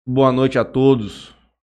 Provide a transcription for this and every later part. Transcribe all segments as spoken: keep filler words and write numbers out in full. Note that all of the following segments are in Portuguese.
Boa noite a todos.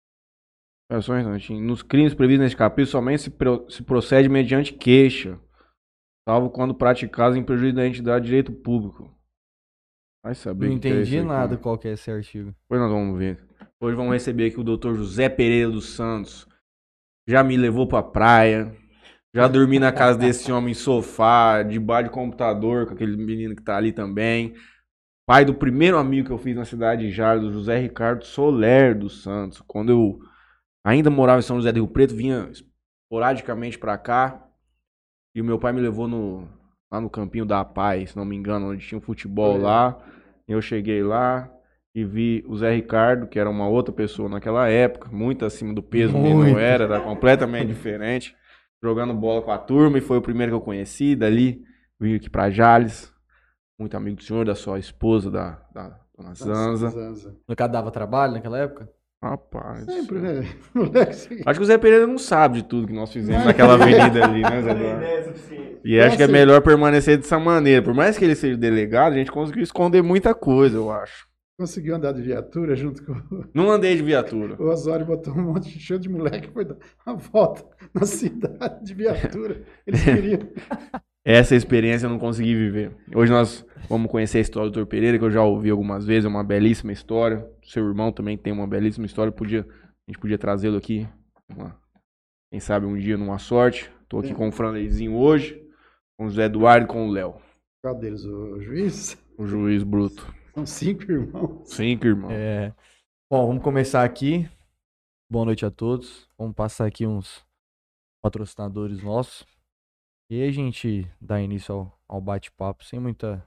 Espera só um instantinho. Nos crimes previstos neste capítulo, somente se, pro- se procede mediante queixa, salvo quando praticados em prejuízo da entidade de direito público. Vai saber Não o que, que é isso entendi aqui. nada qual que é esse artigo. Depois nós vamos ver. Hoje vamos receber aqui o doutor José Pereira dos Santos. Já me levou pra praia. Já dormi na casa desse homem em sofá, debaixo de computador, com aquele menino que tá ali também. Pai do primeiro amigo que eu fiz na cidade de Jales, do José Ricardo Soler dos Santos. Quando eu ainda morava em São José do Rio Preto, vinha esporadicamente pra cá. E o meu pai me levou no, lá no Campinho da Paz, se não me engano, onde tinha um futebol lá. Eu cheguei lá e vi o Zé Ricardo, que era uma outra pessoa naquela época, muito acima do peso, o menino Muito. era, era completamente diferente, jogando bola com a turma, e foi o primeiro que eu conheci. Dali vim aqui pra Jales, muito amigo do senhor, da sua esposa, da, da dona Zanza. Zanza. No cara dava trabalho naquela época? Rapaz. Sempre, né? Moleque, assim. Acho que o Zé Pereira não sabe de tudo que nós fizemos naquela avenida ali, né, Zé Eduardo? E acho que é melhor permanecer dessa maneira. Por mais que ele seja delegado, a gente conseguiu esconder muita coisa, eu acho. Conseguiu andar de viatura junto com Não andei de viatura. o Osório, botou um monte de cheio de moleque e foi dar uma volta na cidade de viatura. Eles queriam. Essa experiência eu não consegui viver. Hoje nós vamos conhecer a história do doutor Pereira, que eu já ouvi algumas vezes, é uma belíssima história. Seu irmão também tem uma belíssima história. Podia, a gente podia trazê-lo aqui, uma- quem sabe um dia numa sorte. Estou aqui É. com o Franleizinho hoje, com o José Eduardo e com o Léo, Qual deles? O juiz? o juiz bruto. São cinco irmãos. Cinco irmãos. É. Bom, vamos começar aqui. Boa noite a todos. Vamos passar aqui uns patrocinadores nossos. E aí a gente dá início ao, ao bate-papo sem muita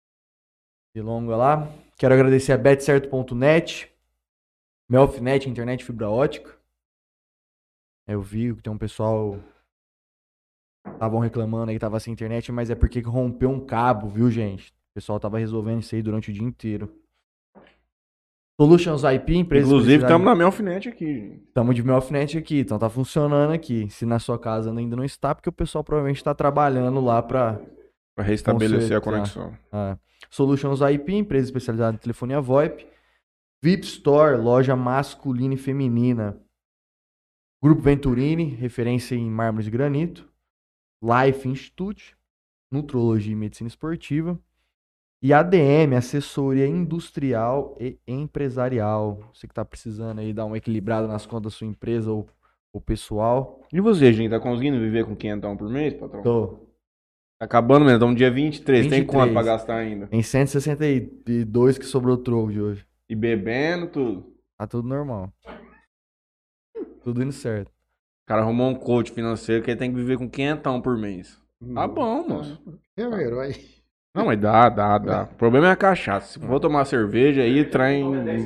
delonga lá. Quero agradecer a bet certo ponto net, Melfinet, internet fibra ótica. Eu vi que tem um pessoal estavam reclamando aí que tava sem internet, mas é porque rompeu um cabo, viu, gente? O pessoal tava resolvendo isso aí durante o dia inteiro. Solutions I P, empresa Inclusive, estamos na Melfinet aqui, gente. Estamos de Melfinet aqui, então tá funcionando aqui. Se na sua casa ainda não está, porque o pessoal provavelmente está trabalhando lá para Para restabelecer a Consertar. conexão. ah, Solutions I P, empresa especializada em telefonia VoIP. V I P Store, loja masculina e feminina. Grupo Venturini, referência em mármores e granito. Life Institute, nutrologia e medicina esportiva. E A D M, assessoria industrial e empresarial. Você que tá precisando aí dar uma equilibrada nas contas da sua empresa ou, ou pessoal. E você, gente, tá conseguindo viver com quinhentão por mês, patrão? Tô. Tá acabando mesmo, estamos no dia vinte e três. Tem vinte e quanto três. pra gastar ainda? Em cento e sessenta e dois que sobrou o troco de hoje. E bebendo, tudo. Tá tudo normal. Tudo indo certo. O cara arrumou um coach financeiro que ele tem que viver com quinhentão por mês. Tá bom, moço. É o herói. Não, mas dá, dá, dá. O problema é a cachaça. Se for tomar cerveja, aí trai.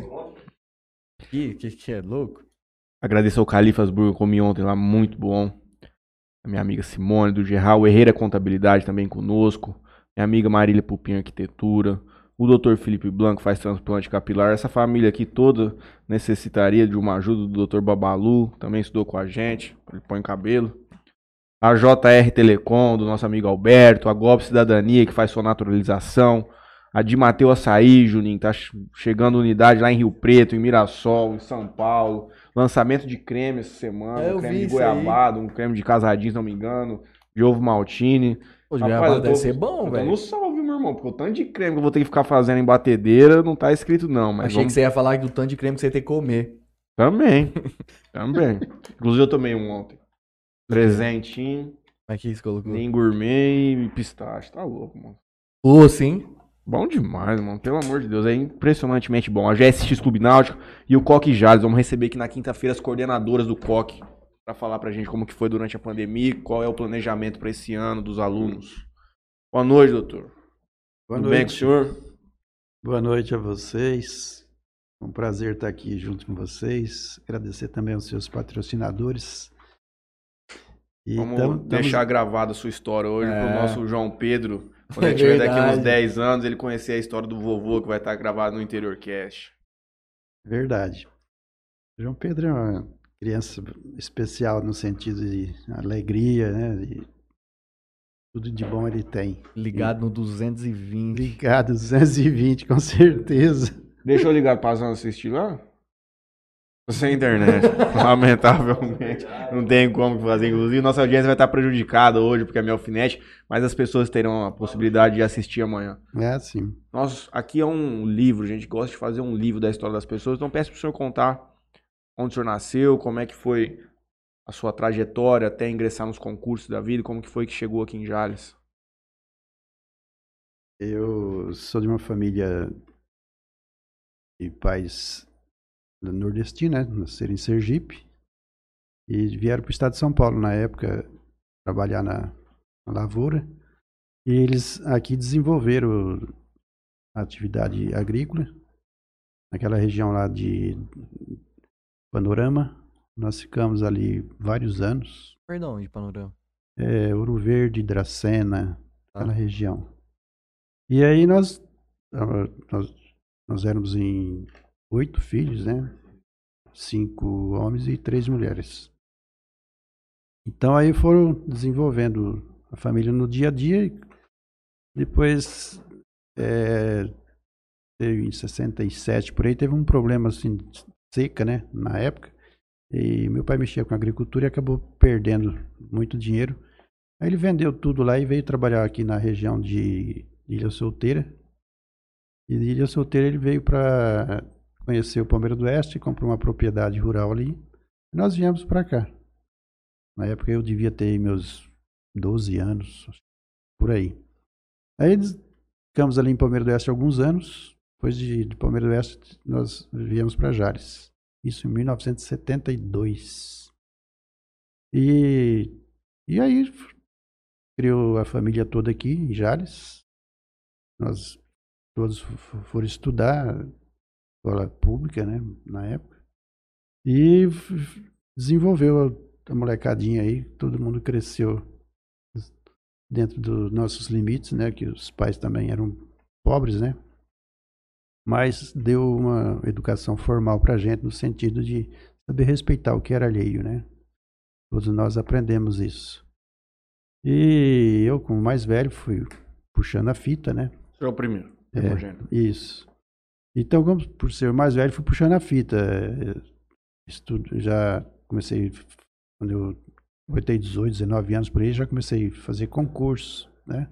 Que, que que é louco? Agradecer ao Califas Burger, comi ontem lá, muito bom. A minha amiga Simone, do Gerral, o Herreira Contabilidade também conosco. Minha amiga Marília Pupim, Arquitetura. O doutor Felipe Blanco faz transplante capilar. Essa família aqui toda necessitaria de uma ajuda do doutor Babalu, também estudou com a gente, ele põe cabelo. A J R Telecom, do nosso amigo Alberto. A Golpe Cidadania, que faz sua naturalização. A de Mateu Açaí, Juninho, tá chegando unidade lá em Rio Preto, em Mirassol, em São Paulo. Lançamento de creme essa semana, É, eu um creme vi de isso goiabada, um creme de casadinho, se não me engano, de ovo maltine. Pô, de Rapaz, goiabada eu tô- deve ser bom, eu tô velho. no salve, meu irmão, porque o tanto de creme que eu vou ter que ficar fazendo em batedeira não tá escrito não, mas Achei vamos... que você ia falar do tanto de creme que você ia ter que comer. Também, também. Inclusive eu tomei um ontem. Presentinho, Mas que você colocou? nem gourmet e pistache, tá louco, mano. Ô, sim. Bom demais, mano. Pelo amor de Deus, é impressionantemente bom. A G S X Clube Náutico e o Coque Jales. Vamos receber aqui na quinta-feira as coordenadoras do Coque para falar pra gente como que foi durante a pandemia e qual é o planejamento para esse ano dos alunos. Boa noite, doutor. Boa Tudo bem com o noite. senhor? Boa noite a vocês. É um prazer estar aqui junto com vocês. Agradecer também aos seus patrocinadores. E Vamos tam- tamo- deixar gravada a sua história hoje É. pro nosso João Pedro. Quando É ele tiver daqui verdade. uns dez anos, ele conhecer a história do vovô que vai estar gravado no Interior Cast. Verdade. João Pedro é uma criança especial no sentido de alegria, né? De tudo de bom ele tem. Ligado no duzentos e vinte. Ligado, duzentos e vinte, com certeza. Deixa eu ligar pra Zana assistir lá? Sem internet. Lamentavelmente. Não tem como fazer. Inclusive, nossa audiência vai estar prejudicada hoje, porque é minha alfinete, mas as pessoas terão a possibilidade de assistir amanhã. É assim. Nós, aqui é um livro, a gente gosta de fazer um livro da história das pessoas, então peço para o senhor contar onde o senhor nasceu, como é que foi a sua trajetória até ingressar nos concursos da vida, como que foi que chegou aqui em Jales. Eu sou de uma família de pais nordestinos, né? Nasceram em Sergipe e vieram para o estado de São Paulo na época trabalhar na, na lavoura. E eles aqui desenvolveram a atividade agrícola naquela região lá de Panorama. Nós ficamos ali vários anos. Perdão, de Panorama. É, Ouro Verde, Dracena, Ah. aquela região. E aí nós, nós, nós éramos em oito filhos, né? Cinco homens e três mulheres. Então aí foram desenvolvendo a família no dia a dia. Depois, é, em sessenta e sete, por aí, teve um problema assim, seca, né? Na época. E meu pai mexia com agricultura e acabou perdendo muito dinheiro. Aí ele vendeu tudo lá e veio trabalhar aqui na região de Ilha Solteira. E de Ilha Solteira ele veio para conhecer o Palmeira do Oeste, comprou uma propriedade rural ali. E nós viemos para cá. Na época eu devia ter meus doze anos, por aí. Aí ficamos ali em Palmeira do Oeste alguns anos. Depois de, de Palmeira do Oeste nós viemos para Jales. Isso em mil novecentos e setenta e dois. E, e aí criou a família toda aqui em Jales. Nós todos foram estudar escola pública, né, na época. E desenvolveu a molecadinha aí, todo mundo cresceu dentro dos nossos limites, né, que os pais também eram pobres, né? Mas deu uma educação formal pra gente no sentido de saber respeitar o que era alheio, né? Todos nós aprendemos isso. E eu, como mais velho, fui puxando a fita, né? O senhor é o primeiro, É, primogênito. isso. Então, como por ser o mais velho, fui puxando a fita. Estudo, já comecei, quando eu botei dezoito, dezenove anos por aí, já comecei a fazer concurso, né?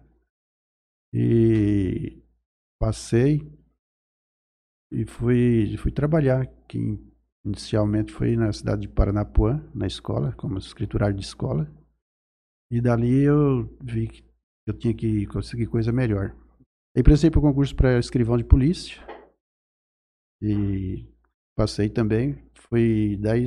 E passei e fui, fui trabalhar aqui. Inicialmente foi na cidade de Paranapuã, na escola, como escriturário de escola. E dali eu vi que eu tinha que conseguir coisa melhor. Aí prestei para o concurso para escrivão de polícia. E passei também. Foi daí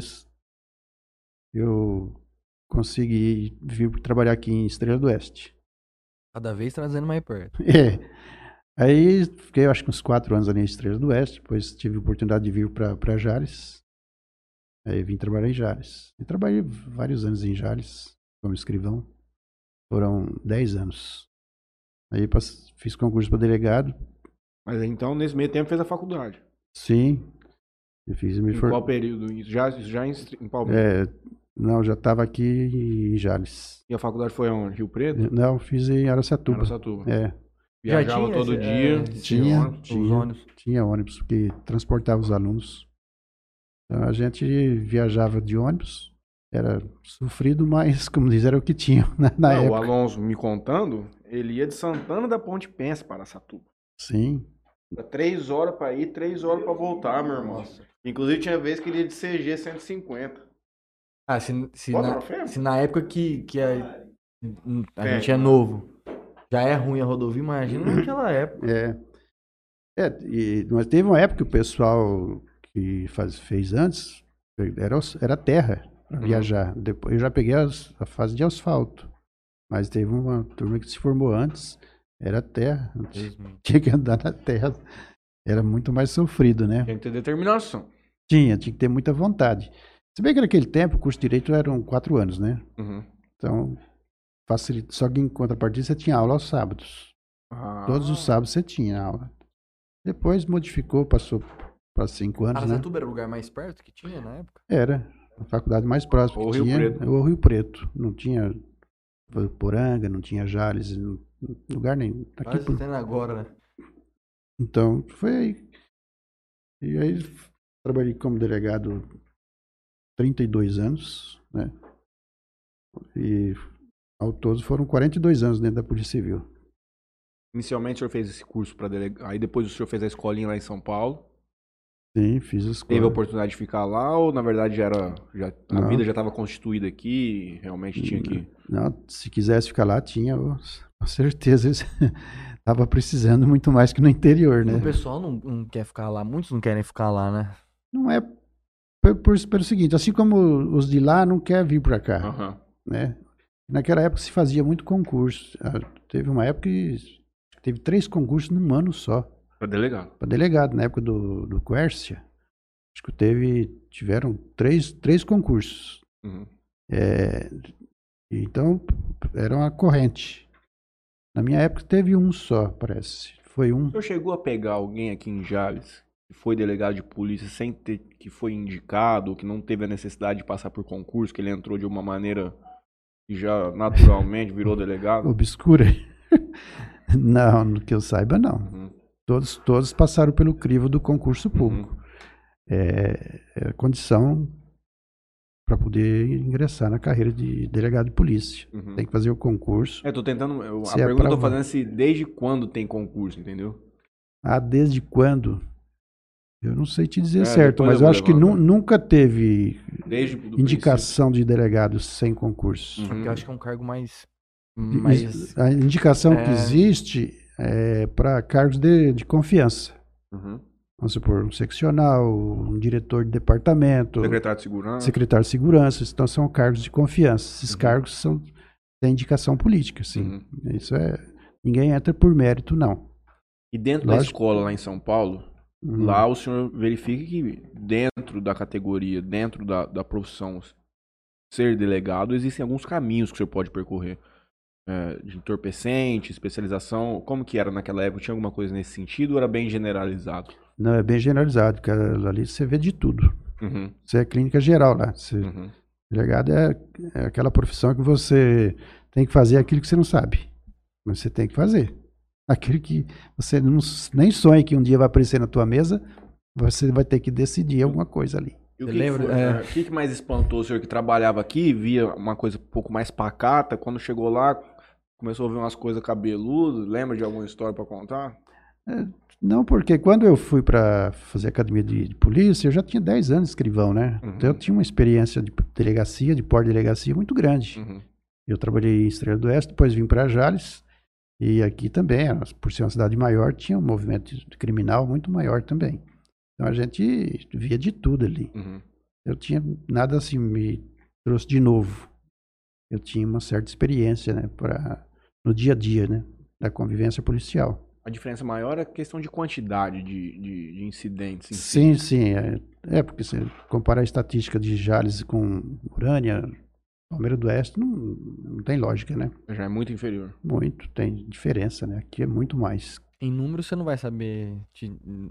eu consegui vir trabalhar aqui em Estrela do Oeste. Cada vez trazendo mais perto. É. Aí fiquei, acho que uns quatro anos ali em Estrela do Oeste. Depois tive a oportunidade de vir para Jales. Aí vim trabalhar em Jales. E trabalhei vários anos em Jales como escrivão. Foram dez anos. Aí fiz concurso para delegado. Mas então, nesse meio tempo, fez a faculdade. Sim. Eu fiz me Em for... qual período? Já, já em, em Palmeiras? É, não, já estava aqui em Jales. E a faculdade foi onde? Rio Preto? Não, fiz em Araçatuba. Araçatuba. É. Viajava Já tinha todo esse, dia? é, Tinha, ônibus? tinha, os ônibus. tinha ônibus, porque transportava os alunos. Então a gente viajava de ônibus. Era sofrido, mas, como diz, era o que tinha na, na Não, época. o Alonso me contando, ele ia de Santana da Ponte Pensa para Araçatuba. Sim. Três horas para ir, três horas para voltar, meu irmão. Nossa. Inclusive tinha vez que ele ia de C G cento e cinquenta. Ah, se, se, Bota na, se na época que, que a, a É. gente é novo, já é ruim a rodovia, imagina naquela época. É. É, e, mas teve uma época que o pessoal que faz, fez antes era, era terra para Uhum. viajar. Depois eu já peguei as, a fase de asfalto. Mas teve uma turma que se formou antes, era terra. Mesmo. Tinha que andar na terra. Era muito mais sofrido, né? Tinha que ter determinação. Tinha, tinha que ter muita vontade. Se bem que naquele tempo o curso de Direito eram quatro anos, né? Uhum. Então, facilita. Só que em contrapartida você tinha aula aos sábados. Ah. Todos os sábados você tinha aula. Depois modificou, passou para cinco anos, né? Araçatuba era o lugar mais perto que tinha na época? Era. A faculdade mais próxima Ou que Rio tinha Preto. o Rio Preto. Não tinha Poranga, não tinha Jales, não, lugar nenhum. Aqui Quase por... tendo agora, né? Então, foi aí. E aí trabalhei como delegado trinta e dois anos, né? E ao todo foram quarenta e dois anos dentro da Polícia Civil. Inicialmente o senhor fez esse curso para delegado, aí depois o senhor fez a escolinha lá em São Paulo. Sim, fiz a escola. Teve a oportunidade de ficar lá ou na verdade já era, já, a Não. vida já estava constituída aqui, realmente tinha que... Não, se quisesse ficar lá, tinha, com certeza. Tava precisando muito mais que no interior, né? O pessoal não, não quer ficar lá, muitos não querem ficar lá, né? Não é por, por, pelo seguinte, assim como os de lá não querem vir para cá, Uhum. né? Naquela época se fazia muito concurso. Teve uma época que teve três concursos num ano só. Para delegado. Para delegado, na época do, do Quércia, acho que teve, tiveram três, três concursos. Uhum. É, então, era uma corrente. Na minha época teve um só, parece. Foi um. O senhor chegou a pegar alguém aqui em Jales que foi delegado de polícia sem ter, que foi indicado, que não teve a necessidade de passar por concurso, que ele entrou de uma maneira e já naturalmente virou delegado? Obscura? Não, no que eu saiba, não. Uhum. Todos, todos passaram pelo crivo do concurso público. Uhum. É, é condição para poder ingressar na carreira de delegado de polícia. Uhum. Tem que fazer o concurso. Eu tô tentando. Eu, a Se é pergunta que eu tô pra- fazendo é se desde quando tem concurso, entendeu? Ah, desde quando? Eu não sei te dizer É, certo, depois mas eu eu vou acho que nu- levantar. nunca teve Desde do indicação de delegados sem concurso. Uhum. Porque eu acho que é um cargo mais. E- mais A indicação É. que existe é para cargos de, de confiança. princípio. Uhum. Vamos supor, um seccional, um diretor de departamento, Secretário de segurança. secretário de segurança. Então são cargos de confiança. Esses Uhum. cargos são têm indicação política, sim. Uhum. Isso é. Ninguém entra por mérito, não. E dentro da Lógico. escola lá em São Paulo, Uhum. lá o senhor verifica que dentro da categoria, dentro da, da profissão ser delegado, existem alguns caminhos que o senhor pode percorrer. É, de entorpecente, especialização. Como que era naquela época? Tinha alguma coisa nesse sentido ou era bem generalizado? Não, é bem generalizado, porque ali você vê de tudo. Uhum. Você é clínica geral lá. Você, Uhum. Delegado é, é aquela profissão que você tem que fazer aquilo que você não sabe. Mas você tem que fazer. Aquilo que você não, nem sonha que um dia vai aparecer na tua mesa, você vai ter que decidir alguma coisa ali. E o Você que, lembra? que, foi, É. né? O que que mais espantou o senhor que trabalhava aqui, via uma coisa um pouco mais pacata, quando chegou lá, começou a ver umas coisas cabeludas, lembra de alguma história pra contar? Não, porque quando eu fui para fazer academia de, de polícia, eu já tinha dez anos de escrivão, né? Uhum. Então eu tinha uma experiência de delegacia, de pós-delegacia muito grande. Uhum. Eu trabalhei em Estrela do Oeste, depois vim para Jales. E aqui também, por ser uma cidade maior, tinha um movimento criminal muito maior também. Então a gente via de tudo ali. Uhum. Eu tinha nada assim, me trouxe de novo. Eu tinha uma certa experiência, né, pra, no dia a dia, né, da convivência policial. A diferença maior é a questão de quantidade de, de, de incidentes. Em si. Sim, sim. É, é porque se comparar a estatística de Jales com Urânia, Palmeira do Oeste, não, não tem lógica, né? Já é muito inferior. Muito, tem diferença, né? Aqui é muito mais. Em número você não vai saber. Te...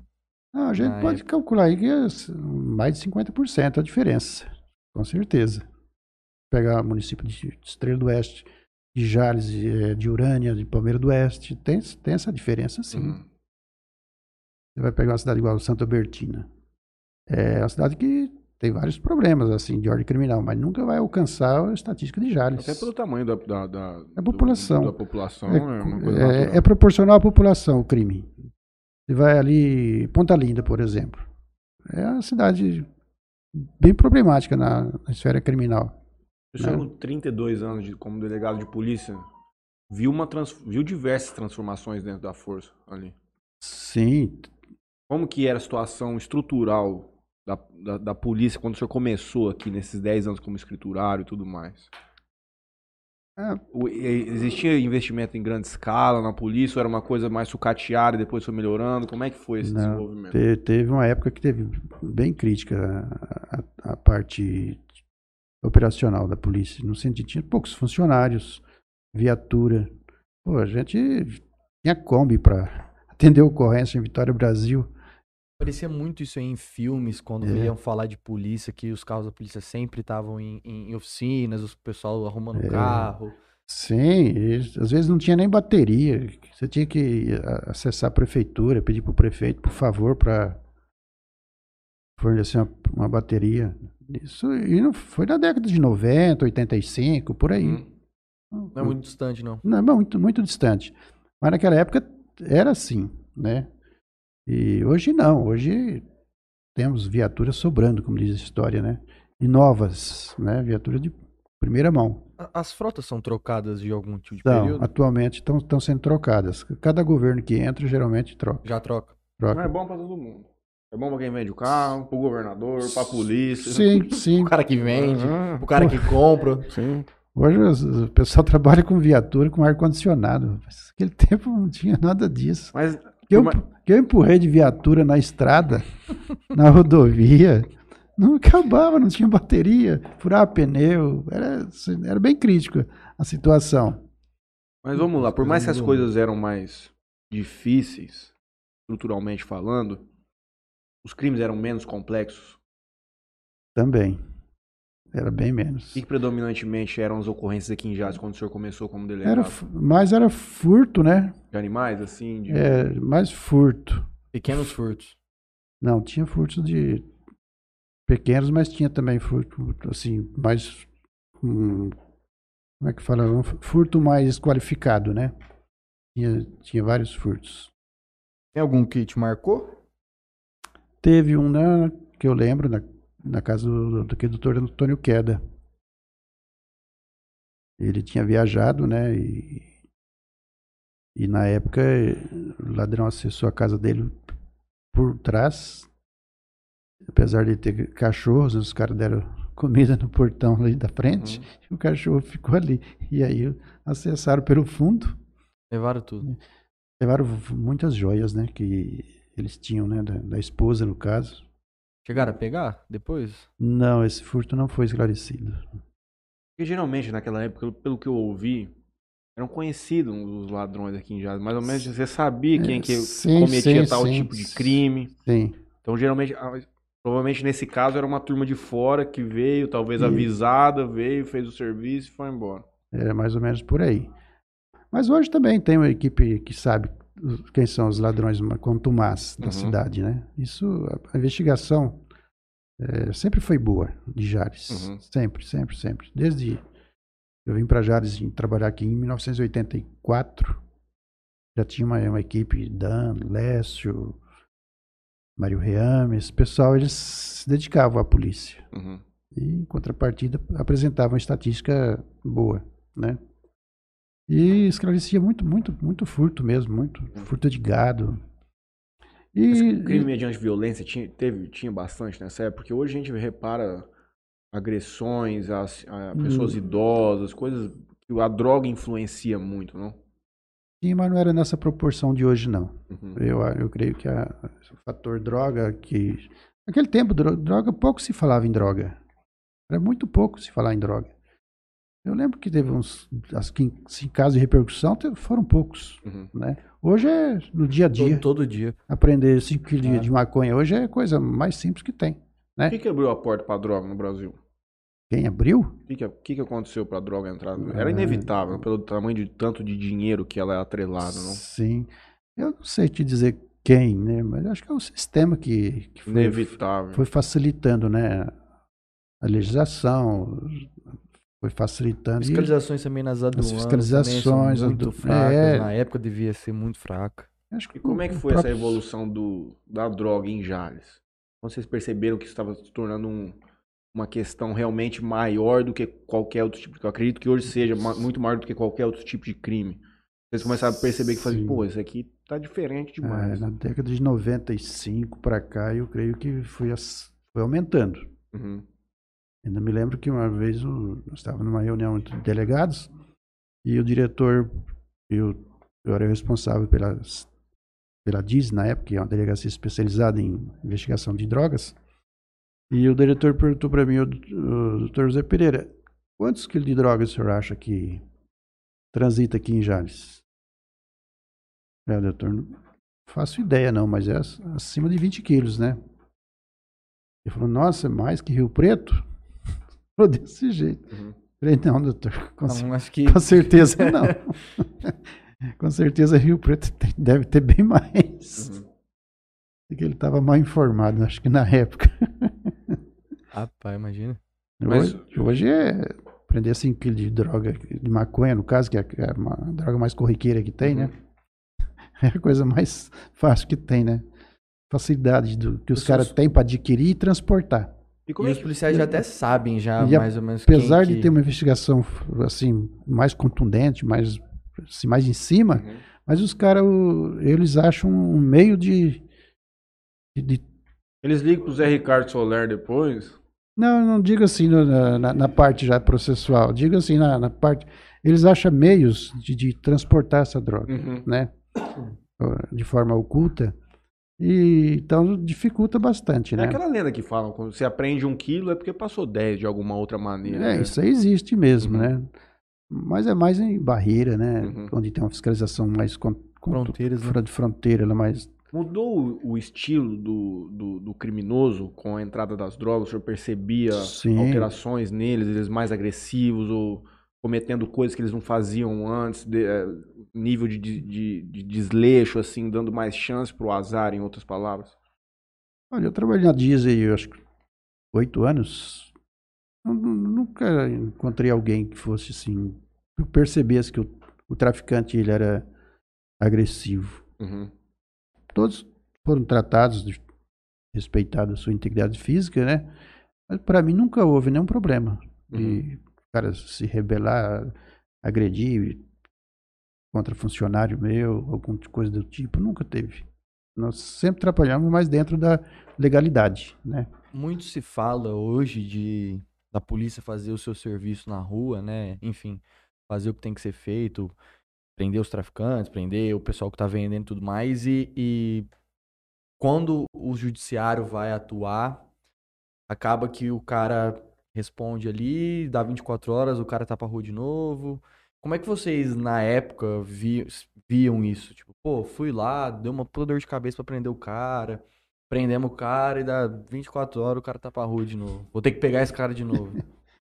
Ah, a gente Na pode calcular aí que é mais de cinquenta por cento a diferença, com certeza. Pegar o município de Estrela do Oeste, de Jales, de, de Urânia, de Palmeira do Oeste, tem, tem essa diferença sim. Uhum. Você vai pegar uma cidade igual Santa Bertina. É uma cidade que tem vários problemas assim de ordem criminal, mas nunca vai alcançar a estatística de Jales. Até pelo tamanho da, da, da, A população. do- da população. É, É, uma coisa é- natural. é proporcional à população o crime. Você vai ali, Ponta Linda, por exemplo. É uma cidade bem problemática na, na esfera criminal. O senhor, né? com trinta e dois anos de- como delegado de polícia, viu, uma trans- viu diversas transformações dentro da força ali. Sim. Como que era a situação estrutural da, da, da polícia quando o senhor começou aqui nesses dez anos como escriturário e tudo mais? Ah, O- e- Existia investimento em grande escala na polícia? Ou era uma coisa mais sucateada e depois foi melhorando? Como é que foi esse Não, desenvolvimento? te- teve uma época que teve bem crítica a, a- a parte operacional da polícia. No sentido, tinha poucos funcionários, viatura. Pô, a gente tinha Kombi para atender ocorrência em Vitória, Brasil. Parecia muito isso aí em filmes, quando É. iam falar de polícia, que os carros da polícia sempre estavam em, em- em oficinas, o pessoal arrumando É. carro. Sim, e às vezes não tinha nem bateria. Você tinha que a- acessar a prefeitura, pedir para o prefeito, por favor, para fornecer uma, uma bateria. Isso e não foi na década de noventa, oitenta e cinco, por aí. Hum. Não é muito distante, não. Não é muito, muito distante. Mas naquela época era assim, né? E hoje não. Hoje temos viaturas sobrando, como diz a história, né? E novas, né? Viaturas de primeira mão. A- As frotas são trocadas de algum tipo de Então, período? atualmente estão sendo trocadas. Cada governo que entra, geralmente troca. Já troca. troca. Mas é bom pra todo mundo. É bom pra quem vende o carro, pro governador, pra polícia. Sim, sim. O cara que vende, Ah, o cara que compra. sim. Hoje os- o pessoal trabalha com viatura, com ar-condicionado. Naquele tempo não tinha nada disso. Mas Que eu, por ma- que eu empurrei de viatura na estrada, na rodovia, não acabava, não tinha bateria, furava pneu, era, era bem crítico a situação. Mas vamos lá, por mais que as coisas eram mais difíceis, estruturalmente falando, os crimes eram menos complexos. Também. Era bem O menos. que, que predominantemente eram as ocorrências aqui em Jales quando o senhor começou como delegado? Era, fu- mas era furto, né? De animais, assim? De... É, mais furto. Pequenos furtos. Não, tinha furtos de pequenos, mas tinha também furto, assim, mais. hum, como é que fala? Um furto mais qualificado, né? Tinha, tinha vários furtos. Tem algum que te marcou? Teve um na, que eu lembro, na, na casa do, do, do doutor Antônio Queda. Ele tinha viajado, né? E, e na época o ladrão acessou a casa dele por trás. Apesar de ter cachorros, os caras deram comida no portão ali da frente, Uhum. e o cachorro ficou ali. E aí acessaram pelo fundo, Levaram tudo. levaram muitas joias, né? Que eles tinham, né? Da, da esposa, no caso. Chegaram a pegar depois? Não, esse furto não foi esclarecido. Porque geralmente naquela época, pelo, pelo que eu ouvi, eram conhecidos os ladrões aqui em Jales. Mais ou menos você sabia quem que Sim, cometia sim, tal sim. tipo de crime. Sim. Então geralmente, ah, provavelmente nesse caso era uma turma de fora que veio, talvez E- avisada, veio, fez o serviço e foi embora. É mais ou menos por aí. Mas hoje também tem uma equipe que sabe os- quem são os ladrões contumaz da Uhum. cidade, né? Isso, a, a investigação é, sempre foi boa de Jales. Uhum. Sempre, sempre, sempre. Desde eu vim para Jales em- trabalhar aqui em mil novecentos e oitenta e quatro, já tinha uma, uma equipe, Dan, Lécio, Mário Reames, pessoal, eles se dedicavam à polícia. Uhum. E, em contrapartida, apresentava uma estatística boa, né? E esclarecia muito, muito, muito furto mesmo, muito furto de gado. Mas E, crime e mediante violência tinha, teve, tinha bastante nessa época, porque hoje a gente repara agressões a, a pessoas Hum. idosas, coisas que a droga influencia muito, não? sim, mas não era nessa proporção de hoje, não. Uhum. Eu, eu creio que a, o fator droga, que... Naquele tempo, dro- droga, pouco se falava em droga. Era muito pouco se falar em droga. Eu lembro que teve uns, as que, em casos de repercussão, teve- foram poucos, Uhum. né? Hoje é no dia a dia. Todo, todo dia. Aprender cinco quilos de- É. de maconha hoje é a coisa mais simples que tem, né? O que, que abriu a porta pra droga no Brasil? Quem abriu? O que, que, que que aconteceu pra droga entrar? Era Ah. inevitável, pelo tamanho de tanto de dinheiro que ela é atrelada, não? Sim. Eu não sei te dizer quem, né? Mas acho que é o sistema que, que foi, Inevitável. foi facilitando, né? A legislação foi facilitando. E Fiscalizações também nas aduanas. fiscalizações, também são muito adu- fracas. é. Na época devia ser muito fraca. acho que E como é que o foi essa próprio- evolução do, da droga em Jales? Quando vocês perceberam que isso estava se tornando um- uma questão realmente maior do que qualquer outro tipo de... Eu acredito que hoje seja ma- muito maior do que qualquer outro tipo de crime. Vocês começaram a perceber que, fazem, Sim. pô, isso aqui tá diferente É, demais. na década de noventa e cinco para cá, eu creio que foi, as- foi aumentando. Uhum. Ainda me lembro que uma vez o- nós estávamos numa reunião de delegados e o diretor, eu, eu era responsável pela, pela D I S na época, que é uma delegacia especializada em investigação de drogas, e o diretor perguntou para mim, o, o doutor José Pereira, quantos quilos de drogas o senhor acha que transita aqui em Jales? É, doutor, não faço ideia não, mas é ac- acima de vinte quilos, né? Ele falou, nossa, mais que Rio Preto? Falou desse jeito. Uhum. Falei, não, doutor, com, cer- Não, acho que com certeza não. Com certeza Rio Preto tem- deve ter bem mais. Uhum. E que ele estava mal informado, acho que na época. Rapaz, imagina. Mas- Hoje, hoje é prender cinco quilos de droga, de maconha, no caso, que é a uma droga mais corriqueira que tem, né? É a coisa mais fácil que tem, né? Facilidade do, que os Os- caras têm para adquirir e transportar. E E como é os que... policiais já até sabem já E a- mais ou menos Apesar quem de que... ter uma investigação assim mais contundente, mais assim, mais em cima, Uhum. mas os caras o- eles acham um meio de, de- de- Eles ligam pro Zé Ricardo Soler depois. não, não digo assim no- na, na- na parte já processual, digo assim na, na parte, eles acham meios de, de transportar essa droga, Uhum. né? De forma oculta. E então dificulta bastante, É né? aquela lenda que falam, quando você aprende um quilo é porque passou dez de alguma outra maneira. É, né? isso aí existe mesmo, Uhum. né? Mas é mais em barreira, né? Uhum. Onde tem uma fiscalização mais con- con- Fronteiras, né? fora de fronteira, ela mais. Mudou o- o estilo do, do, do criminoso com a entrada das drogas? O senhor percebia Sim. alterações neles, eles mais agressivos ou cometendo coisas que eles não faziam antes, de- eh, nível de, de, de- de desleixo, assim, dando mais chance pro azar, em outras palavras? Olha, eu trabalhei na Disney, eu acho que oito anos. Eu nu- nunca encontrei alguém que fosse assim. Eu percebesse que o, o traficante ele era agressivo. Uhum. Todos foram tratados, de- respeitada a sua integridade física, né? Mas para mim nunca houve nenhum problema de o cara se rebelar, agredir contra funcionário meu, alguma coisa do tipo, nunca teve. Nós sempre trabalhamos mais dentro da legalidade, né? Muito se fala hoje de da polícia fazer o seu serviço na rua, né? Enfim, fazer o que tem que ser feito, prender os traficantes, prender o pessoal que tá vendendo e tudo mais. E, e quando o judiciário vai atuar, acaba que o cara responde ali, dá vinte e quatro horas, o cara tá pra rua de novo. Como é que vocês, na época, vi- viam isso? Tipo, pô, fui lá, deu uma puta dor de cabeça pra prender o cara, prendemos o cara e dá vinte e quatro horas o cara tá pra rua de novo. Vou ter que pegar esse cara de novo.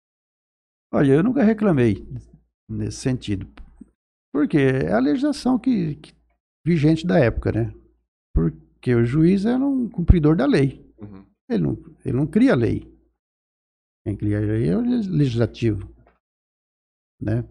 Olha, eu nunca reclamei nesse sentido. Porque é a legislação que, que- vigente da época, né? Porque o juiz era um cumpridor da lei. Uhum. Ele não, ele não cria lei. Quem cria a lei é o legislativo, né?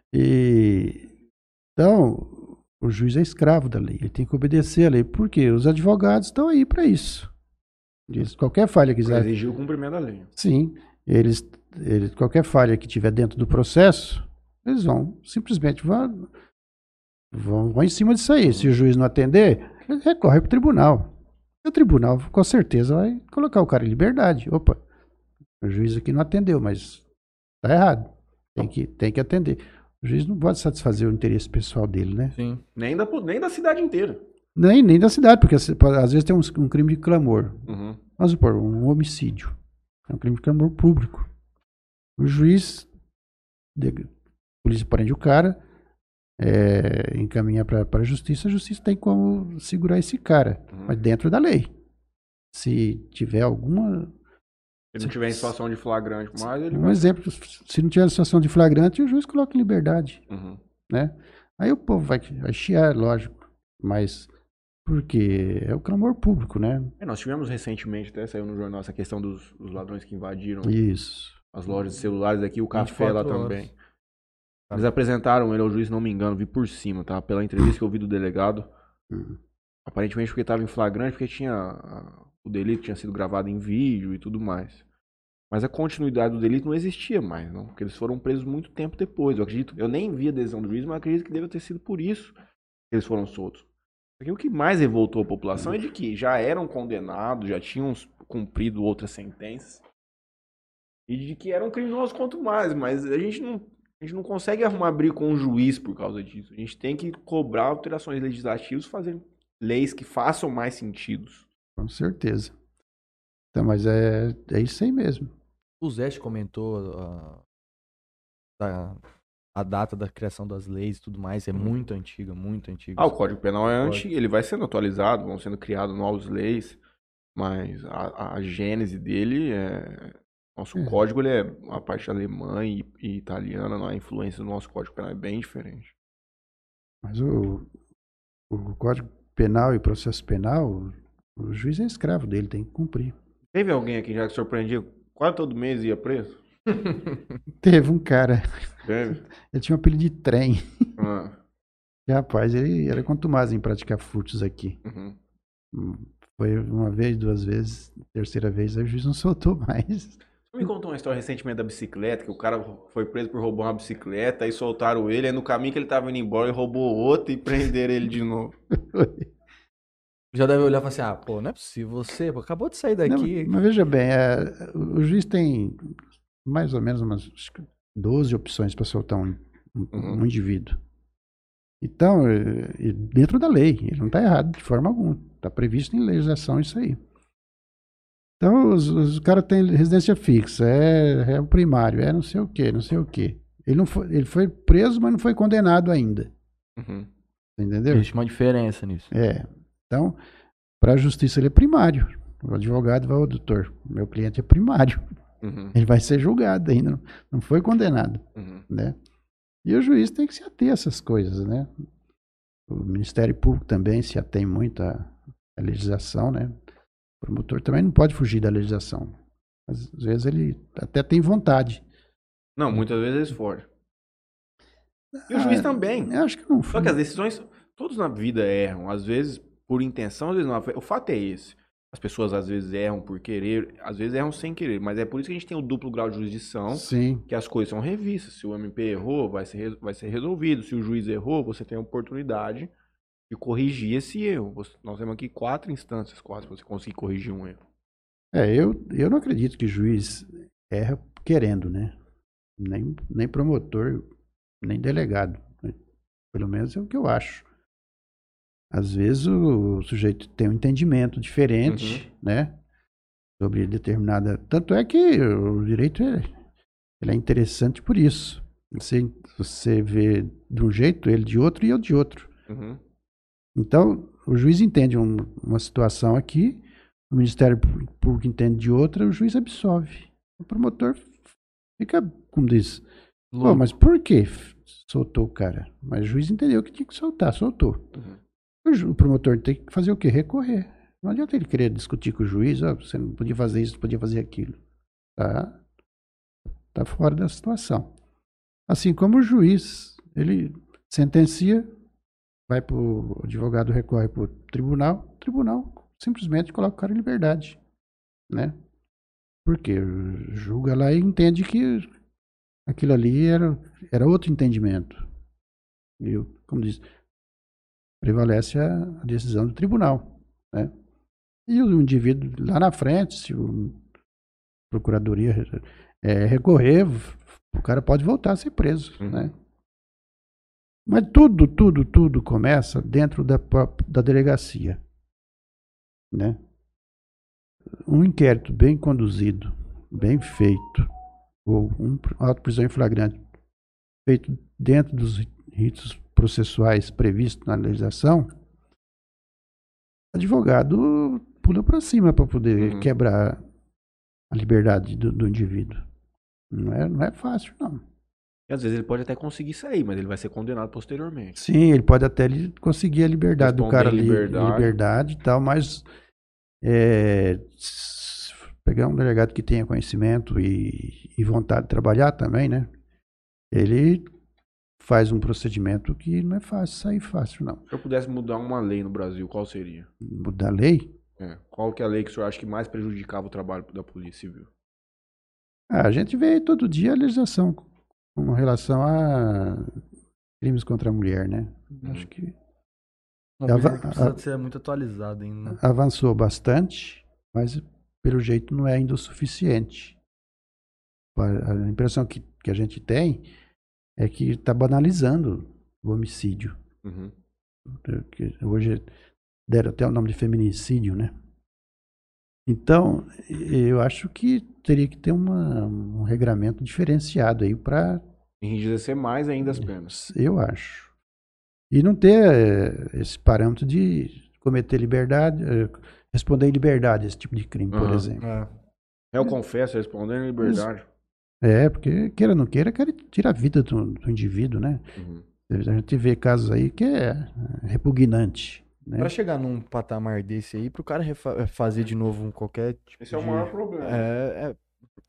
E, então, o juiz é escravo da lei. Ele tem que obedecer à lei. Por quê? Os advogados estão aí para isso. Eles, qualquer falha que Pra quiser... exigir o cumprimento da lei. Sim, eles, eles, qualquer falha que tiver dentro do processo, eles vão simplesmente vão, vão, vão em cima disso aí. Se o juiz não atender, ele recorre para o tribunal. E o tribunal, com certeza, vai colocar o cara em liberdade. Opa, o juiz aqui não atendeu, mas tá errado. Tem que, tem que atender. O juiz não pode satisfazer o interesse pessoal dele, né? Sim. Nem da, nem da cidade inteira. Nem, nem da cidade, porque às vezes tem um, um crime de clamor. Uhum. Vamos supor, um homicídio. É um crime de clamor público. O juiz, de, a polícia prende o cara, é, encaminha para a justiça, a justiça tem como segurar esse cara, Uhum. mas dentro da lei. Se tiver alguma... Se não tiver em situação de flagrante, mas ele Um vai... exemplo, se não tiver situação de flagrante, o juiz coloca em liberdade, Uhum. né? Aí o povo vai, vai chiar, lógico, mas... Porque é o clamor público, né? É, nós tivemos recentemente, até saiu no jornal, essa questão dos, dos ladrões que invadiram Isso. as lojas de celulares aqui, o café vinte e quatro lá horas. também. Eles apresentaram ele ao juiz, se não me engano, vi por cima, tá? Pela entrevista que eu vi do delegado. Uhum. Aparentemente porque estava em flagrante, porque tinha a- o delito tinha sido gravado em vídeo e tudo mais. Mas a continuidade do delito não existia mais, não. Porque eles foram presos muito tempo depois. Eu acredito, eu nem vi a decisão do juiz, mas acredito que deve ter sido por isso que eles foram soltos. Porque o que mais revoltou a população é de que já eram condenados, já tinham cumprido outras sentenças. E de que eram criminosos quanto mais, mas a gente não, a gente não consegue arrumar briga com o juiz por causa disso. A gente tem que cobrar alterações legislativas, fazer leis que façam mais sentido. Com certeza. Então, mas é, é isso aí mesmo. O Zé comentou ah, da- a data da criação das leis e tudo mais, é muito antiga, muito antiga. Ah, o Código Penal é Código. antigo, ele vai sendo atualizado, vão sendo criadas novas leis, mas a, a gênese dele é... Nosso É. código, ele é a parte alemã e, e italiana, a influência do nosso Código Penal é bem diferente. Mas o, o Código Penal e Processo Penal, o, o juiz é escravo dele, tem que cumprir. Teve alguém aqui já que surpreendia quase todo mês ia preso? Teve um cara, Teve? ele tinha um apelido de trem. Ah, E, rapaz, ele era contumaz em praticar furtos aqui. uhum. Hum, Foi uma vez, duas vezes, terceira vez, aí o juiz não soltou mais. Você me contou uma história recentemente da bicicleta, que o cara foi preso por roubar uma bicicleta, aí soltaram ele, aí no caminho que ele tava indo embora, ele roubou outra e prenderam ele de novo. Já deve olhar e falar assim, ah, pô, não é possível, você pô, acabou de sair Não, daqui. mas veja bem, é, o juiz tem mais ou menos umas acho que doze opções para soltar um, um- Uhum. um indivíduo. Então, é, e dentro da lei, ele não está errado de forma alguma. Está previsto em legislação isso aí. Então, os, os caras têm residência fixa, é, é o primário, é não sei o quê, não sei o quê. Ele, não foi, ele foi preso, mas não foi condenado ainda. Uhum. Entendeu? Existe uma diferença nisso. É. Então, para a justiça ele é primário. O advogado vai, ô doutor, meu cliente é primário. Uhum. Ele vai ser julgado ainda, não, não foi condenado, Uhum. né? E o juiz tem que se ater a essas coisas, né? O Ministério Público também se atém muito à, à legislação, né? O promotor também não pode fugir da legislação. Às vezes ele até tem vontade. Não, muitas vezes eles fogem. E o juiz Ah, também. Eu acho que não Só que as decisões, todos na vida erram. Às vezes por intenção, às vezes não. O fato é esse. As pessoas às vezes erram por querer, às vezes erram sem querer. Mas é por isso que a gente tem o duplo grau de jurisdição, Sim. que as coisas são revistas. Se o M P errou, vai ser, vai ser resolvido. Se o juiz errou, você tem a oportunidade de corrigir esse erro. Você- Nós temos aqui quatro instâncias quase para você conseguir corrigir um erro. É, eu, eu não acredito que juiz erra querendo, né? Nem, nem promotor, nem delegado. Né? Pelo menos é o que eu acho. Às vezes o, o sujeito tem um entendimento diferente, né? Sobre determinada. Tanto é que o direito é, ele é interessante por isso. Você, você vê de um jeito, ele de outro e eu de outro. Uhum. Então, o juiz entende um- uma situação aqui, o Ministério Público entende de outra, o juiz absolve. O promotor fica, como diz, pô, Louco. mas por que soltou o cara? Mas o juiz entendeu que tinha que soltar, soltou. Uhum. O, ju- o promotor tem que fazer o quê? Recorrer. Não adianta ele querer discutir com o juiz, ó, você não podia fazer isso, não podia fazer aquilo. Tá, tá fora da situação. Assim como o juiz, ele sentencia, vai para o advogado, recorre para o tribunal, o tribunal simplesmente coloca o cara em liberdade, né? Porque julga lá e entende que aquilo ali era, era outro entendimento. E, como diz, prevalece a, a decisão do tribunal, né? E o indivíduo lá na frente, se o procuradoria é, recorrer, o cara pode voltar a ser preso, Uhum. né? Mas tudo, tudo, tudo começa dentro da, própria- da delegacia, né? Um inquérito bem conduzido, bem feito, ou um auto prisão em flagrante feito dentro dos ritos processuais previstos na legislação, o advogado pula para cima para poder Uhum. quebrar a liberdade do, do indivíduo. Não é, não é fácil, não. E às vezes ele pode até conseguir sair, mas ele vai ser condenado posteriormente. Sim, ele pode até li- conseguir a liberdade do Responder cara em ali, liberdade. liberdade e tal, mas é, s- pegar um delegado que tenha conhecimento e, e vontade de trabalhar também, né? Ele faz um procedimento que não é fácil sair fácil, não. Se eu pudesse mudar uma lei no Brasil, qual seria? Mudar a lei? É. Qual que é a lei que o senhor acha que mais prejudicava o trabalho da Polícia Civil? Ah, a gente vê todo dia a legislação com relação a crimes contra a mulher, né? Uhum. Acho que Uma coisa Ava- que precisa a- ser muito atualizada ainda. né? avançou bastante, mas pelo jeito não é ainda o suficiente. A a impressão que, que a gente tem é que está banalizando o homicídio. Uhum. Que hoje deram até o nome de feminicídio, né? Então, eu acho que teria que ter uma, um regramento diferenciado aí para, Enrijecer mais ainda as penas. eu acho. E não ter eh, esse parâmetro de cometer liberdade, eh, responder em liberdade esse tipo de crime, por Aham. exemplo. É. Eu confesso, respondendo em liberdade. É, porque queira ou não queira, quer tirar a vida do, do indivíduo, né? Uhum. A gente vê casos aí que é repugnante, né? Pra chegar num patamar desse aí, pro cara refa- fazer de novo um qualquer tipo Esse é o de... maior problema. É, é, é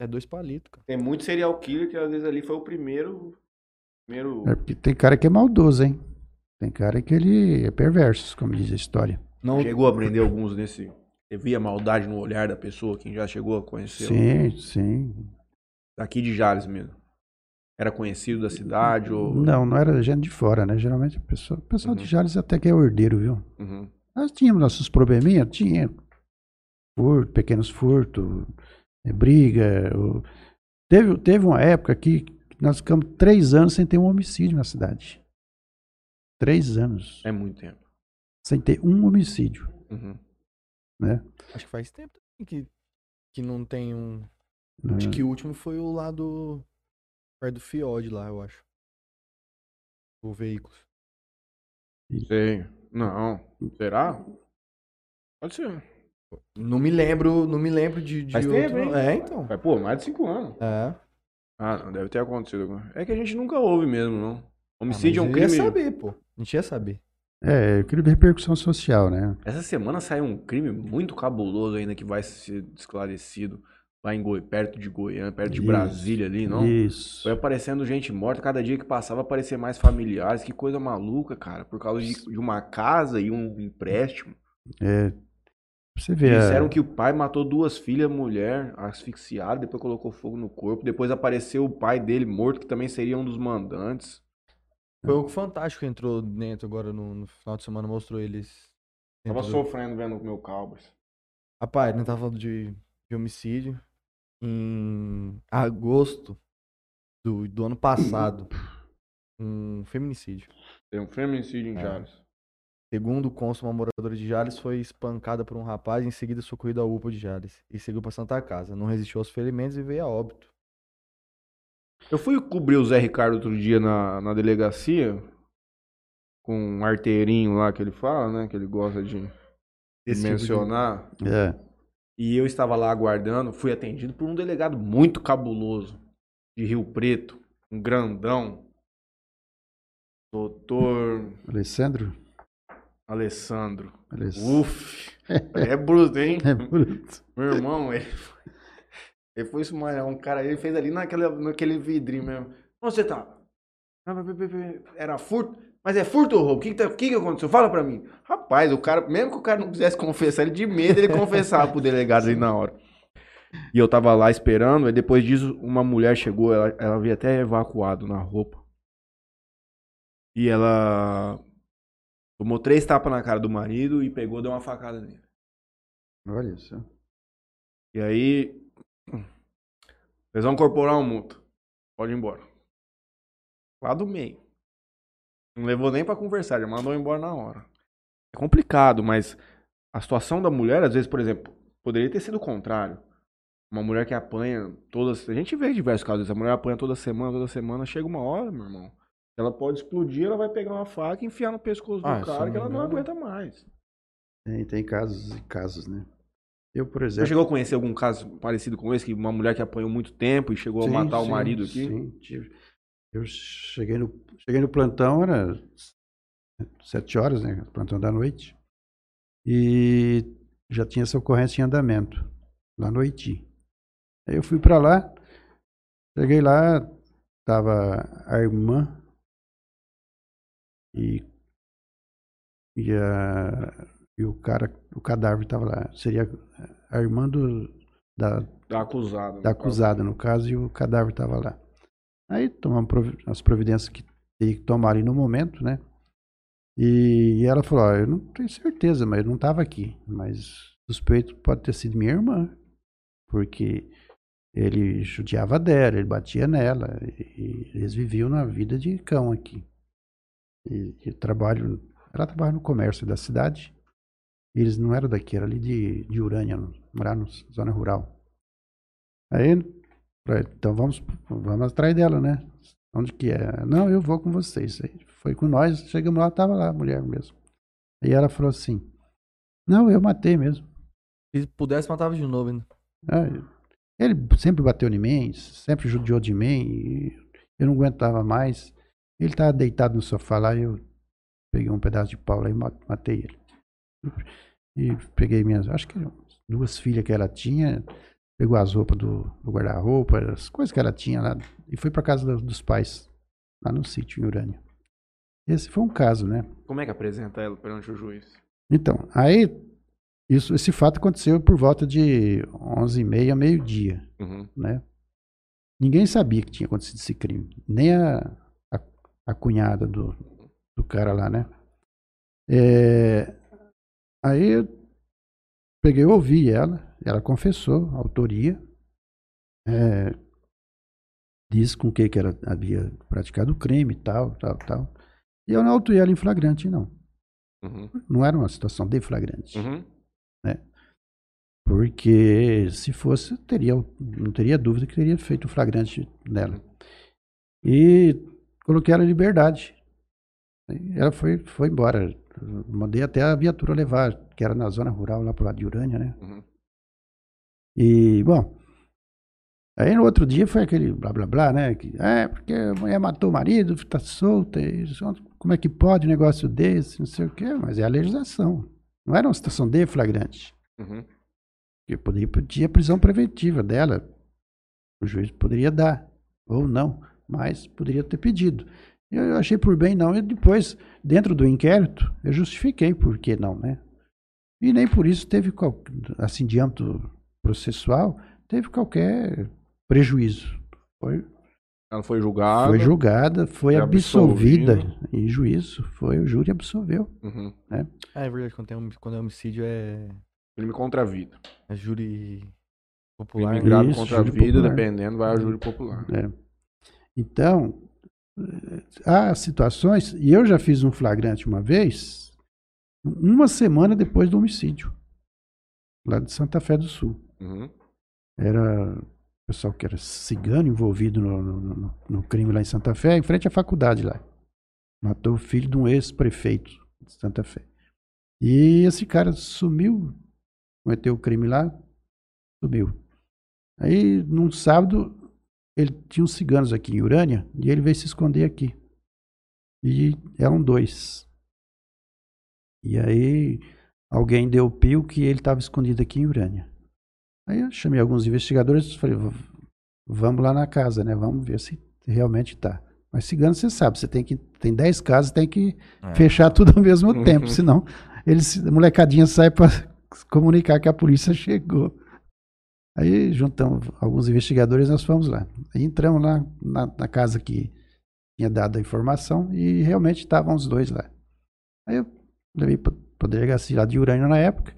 dois palitos, cara. Tem muito serial killer que às vezes ali foi o primeiro. primeiro... É porque tem cara que é maldoso, hein? Tem cara que ele é perverso, como diz a história. Não, Chegou a aprender alguns nesse. Você via maldade no olhar da pessoa, quem já chegou a conhecer. Sim, sim. Daqui de Jales mesmo. Era conhecido da cidade ou. Não, não era gente de fora, né? Geralmente o pessoal, o pessoal Uhum. de Jales até que é ordeiro, viu? Uhum. Nós tínhamos nossos probleminhas, tinha. Furto, pequenos furtos, é, briga. o- Teve, teve uma época que nós ficamos três anos sem ter um homicídio na cidade. Três anos. É muito tempo. Sem ter um homicídio, Uhum. né? acho que faz tempo também que, que não tem um. Né? Acho que o último foi o lá do. Perto do Fiord lá, eu acho. O veículo. Sei. Não. Será? Pode ser. Não me lembro, não me lembro de, de Faz outro. tempo, hein? não. É, então. Mas, pô, mais de cinco anos. É. Ah, não, deve ter acontecido agora. É que a gente nunca ouve mesmo, não. Ah, Homicídio é mas um eu ia crime. saber, pô. A gente ia saber. É, crime de repercussão social, né? Essa semana saiu um crime muito cabuloso ainda que vai ser esclarecido lá em Goi... perto de Goiânia, perto de Isso, Brasília ali, não? Isso. Foi aparecendo gente morta, cada dia que passava aparecia mais familiares, que coisa maluca, cara, por causa de, de uma casa e um empréstimo. É, você vê. a- Disseram que o pai matou duas filhas, mulher, asfixiada, depois colocou fogo no corpo, depois apareceu o pai dele morto, que também seria um dos mandantes. Foi o Fantástico que entrou dentro agora no, no final de semana, mostrou eles. Tava dentro do- sofrendo vendo o meu Cowboys. Rapaz, não tava falando de, de homicídio. Em agosto do, do ano passado, um feminicídio. Tem um feminicídio em É. Jales. Segundo o cônsul, uma moradora de Jales foi espancada por um rapaz e em seguida socorrida ao U P A de Jales e seguiu para Santa Casa. Não resistiu aos ferimentos e veio a óbito. Eu fui cobrir o Zé Ricardo outro dia na, na delegacia, com um arteirinho lá que ele fala, né? Que ele gosta de, de Esse tipo de- mencionar. É, E eu estava lá aguardando, fui atendido por um delegado muito cabuloso, de Rio Preto, um grandão, doutor Alessandro? Alessandro. Aless- Uf, é bruto, hein? É bruto. Meu irmão, ele foi, ele foi isso, mano, um cara, ele fez ali naquele, naquele vidrinho mesmo. Onde você tá? Era furto? Mas é furto ou roubo? O que que, tá- o que que aconteceu? Fala pra mim. Rapaz, o cara, mesmo que o cara não quisesse confessar, ele de medo, ele confessava pro delegado ali na hora. E eu tava lá esperando, e depois disso, uma mulher chegou, ela, ela havia até evacuado na roupa. E ela tomou três tapas na cara do marido e pegou e deu uma facada nele. Olha só. E aí, lesão corporal multa. Pode ir embora. Lá do meio. Não levou nem pra conversar, já mandou embora na hora. É complicado, mas a situação da mulher, às vezes, por exemplo, poderia ter sido o contrário. Uma mulher que apanha todas. A gente vê diversos casos. A mulher apanha toda semana, toda semana. Chega uma hora, meu irmão. Ela pode explodir, ela vai pegar uma faca e enfiar no pescoço Ah, do se eu cara não que ela me não engano. aguenta mais. Tem, tem casos e casos, né? Eu, por Você exemplo. chegou a conhecer algum caso parecido com esse? Que uma mulher que apanhou muito tempo e chegou Sim, a matar o sim, marido aqui? Sim, tive. Eu cheguei no, cheguei no plantão, era sete horas, né? Plantão da noite. E já tinha essa ocorrência em andamento, lá no Haiti. Aí eu fui pra lá, cheguei lá, tava a irmã e, e, a, e o cara, o cadáver tava lá. Seria a irmã do, da, Da acusada. no da caso. acusada, no caso, e o cadáver estava lá. Aí tomamos provi- as providências que tem que tomar ali no momento, né? E, e ela falou, ó, eu não tenho certeza, mas eu não estava aqui. Mas suspeito pode ter sido minha irmã, porque ele judiava dela, ele batia nela, e, e eles viviam na vida de cão aqui. E, e trabalho, ela trabalha no comércio da cidade, e eles não eram daqui, era ali de, de Urânia, moravam na zona rural. Aí, falei, então vamos, vamos atrás dela, né? Onde que é? Não, eu vou com vocês. Aí foi com nós, chegamos lá, tava lá a mulher mesmo. Aí ela falou assim, não, eu matei mesmo. Se pudesse, matava de novo ainda. Ah, ele sempre bateu em mim, sempre judiou de mim, e eu não aguentava mais. Ele estava deitado no sofá lá, e eu peguei um pedaço de pau lá e ma- matei ele. E peguei minhas, acho que eram duas filhas que ela tinha, pegou as roupas do, do guarda-roupa, as coisas que ela tinha lá, e foi para casa do, dos pais, lá no sítio em Urânia. Esse foi um caso, né? Como é que apresenta ela perante o juiz? Então, aí, isso, esse fato aconteceu por volta de onze e meia, meio-dia, Uhum. né? Ninguém sabia que tinha acontecido esse crime, nem a, a, a cunhada do, do cara lá, né? É, aí eu peguei, eu ouvi ela, ela confessou a autoria, é, disse com que, que ela havia praticado o crime, tal, tal, tal. E eu não autuei ela em flagrante, não. Uhum. Não era uma situação de flagrante. Uhum. Né? Porque se fosse, teria, não teria dúvida que teria feito o flagrante dela. E coloquei ela em liberdade. Ela foi, foi embora. Mandei até a viatura levar, que era na zona rural, lá pro lado de Urânia, né? Uhum. E, bom, aí no outro dia foi aquele blá blá blá, né? Que, é, porque a mulher matou o marido, tá solta, e, como é que pode um negócio desse, não sei o quê, mas é a legislação. Não era uma situação de flagrante. Uhum. Porque poderia pedir a prisão preventiva dela. O juiz poderia dar, ou não, mas poderia ter pedido. Eu achei por bem não, e depois, dentro do inquérito, eu justifiquei por que não, né? E nem por isso teve, assim, de âmbito processual, teve qualquer prejuízo. Foi, Ela foi julgada. foi julgada, foi foi absolvida absolvida. em juízo, foi o júri absolveu. Uhum. Né? Ah, é verdade, quando, tem hom- quando é homicídio é, Crime contra a vida. é júri popular. Crime né? grave Isso, contra a júri vida, popular. dependendo, vai a júri popular. É. Então, eh, há situações, e eu já fiz um flagrante uma vez, uma semana depois do homicídio, lá de Santa Fé do Sul. Uhum. Era o pessoal que era cigano envolvido no, no, no, no crime lá em Santa Fé, em frente à faculdade lá. Matou o filho de um ex-prefeito de Santa Fé. E esse cara sumiu, cometeu o crime lá, sumiu. Aí, num sábado, ele tinha uns ciganos aqui em Urânia, e ele veio se esconder aqui. E eram dois. E aí, alguém deu o pio que ele estava escondido aqui em Urânia. Aí eu chamei alguns investigadores e falei, vamos lá na casa, né? Vamos ver se realmente tá. Mas cigano, você sabe, você tem que tem dez casas, tem que É. fechar tudo ao mesmo Uhum. tempo, senão eles, a molecadinha sai para comunicar que a polícia chegou. Aí juntamos alguns investigadores e nós fomos lá. Aí entramos lá na, na casa que tinha dado a informação e realmente estavam os dois lá. Aí eu levei para a delegacia lá de Urânia na época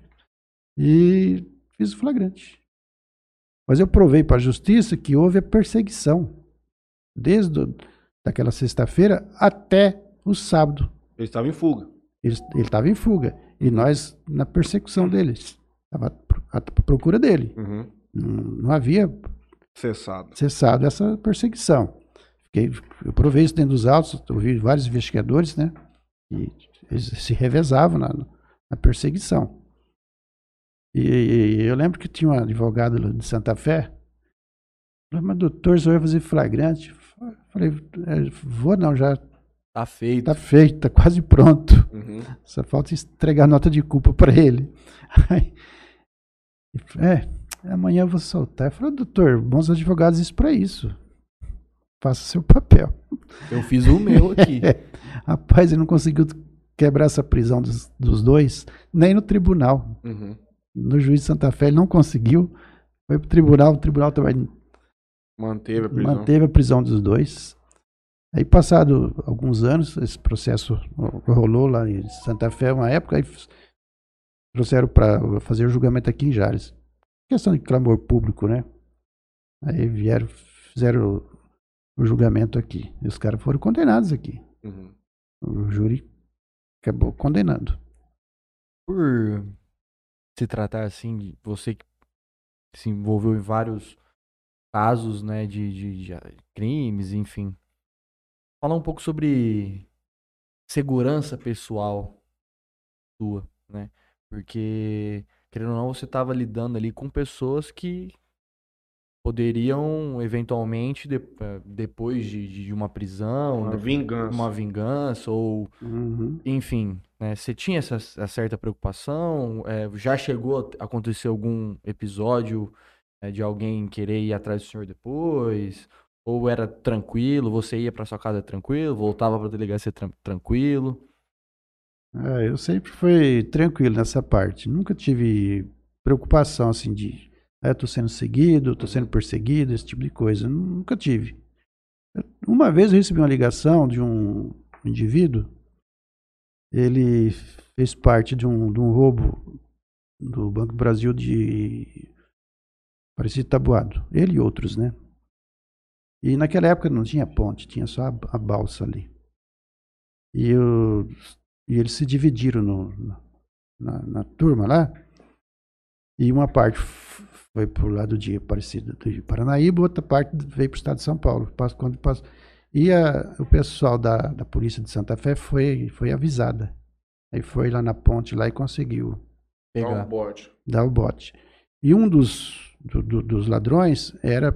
e fiz o flagrante. Mas eu provei para a justiça que houve a perseguição desde do, daquela sexta-feira até o sábado. Ele estava em fuga. Ele estava em fuga e nós na persecução deles. Estava à procura dele. Uhum. Não, não havia Cessado. cessado essa perseguição. Fiquei, eu provei isso dentro dos autos, ouvi vários investigadores, né? E eles se revezavam na, na perseguição. E, e eu lembro que tinha um advogado de Santa Fé, falei, mas doutor, só vai fazer flagrante? Falei, vou não, já Tá feito. tá feito, tá quase pronto. Uhum. Só falta entregar nota de culpa para ele. Aí, é, amanhã eu vou soltar. Eu falei, doutor, bons advogados, isso para isso. Faça seu papel. Eu fiz o meu aqui. Rapaz, ele não conseguiu quebrar essa prisão dos, dos dois, nem no tribunal. Uhum. No juiz de Santa Fé ele não conseguiu. Foi pro tribunal, o tribunal também Manteve a prisão. manteve a prisão dos dois. Aí, passado alguns anos, esse processo rolou lá em Santa Fé, uma época, aí trouxeram para fazer o julgamento aqui em Jales. Questão de clamor público, né? Aí vieram, fizeram o julgamento aqui. E os caras foram condenados aqui. Uhum. O júri acabou condenando. Por se tratar assim, de você que se envolveu em vários casos, né, de, de, de crimes, enfim. Falar um pouco sobre segurança pessoal sua, né? Porque, querendo ou não, você estava lidando ali com pessoas que poderiam, eventualmente, de, depois de, de uma prisão, Uma de- vingança. uma vingança, ou, Uhum. enfim, né? Você tinha essa, essa certa preocupação? É, já chegou a acontecer algum episódio É, de alguém querer ir atrás do senhor depois? Ou era tranquilo, você ia pra sua casa tranquilo, voltava pra delegacia tran- tranquilo? Ah, eu sempre fui tranquilo nessa parte. Nunca tive preocupação assim de, ah, eu tô sendo seguido, tô sendo perseguido, esse tipo de coisa. Nunca tive. Uma vez eu recebi uma ligação de um indivíduo, ele fez parte de um, de um roubo do Banco do Brasil de Aparecido Tabuado. Ele e outros, né? E naquela época não tinha ponte, tinha só a, a balsa ali. E, eu, e eles se dividiram no, na, na turma lá, e uma parte f- foi pro lado de Aparecido de Paranaíba, outra parte veio pro estado de São Paulo. Passo- Quando passo, e a, o pessoal da, da polícia de Santa Fé foi, foi avisada. Aí foi lá na ponte lá e conseguiu Dá um Pegar. bote. dar o bote. E um dos, do- do- dos ladrões era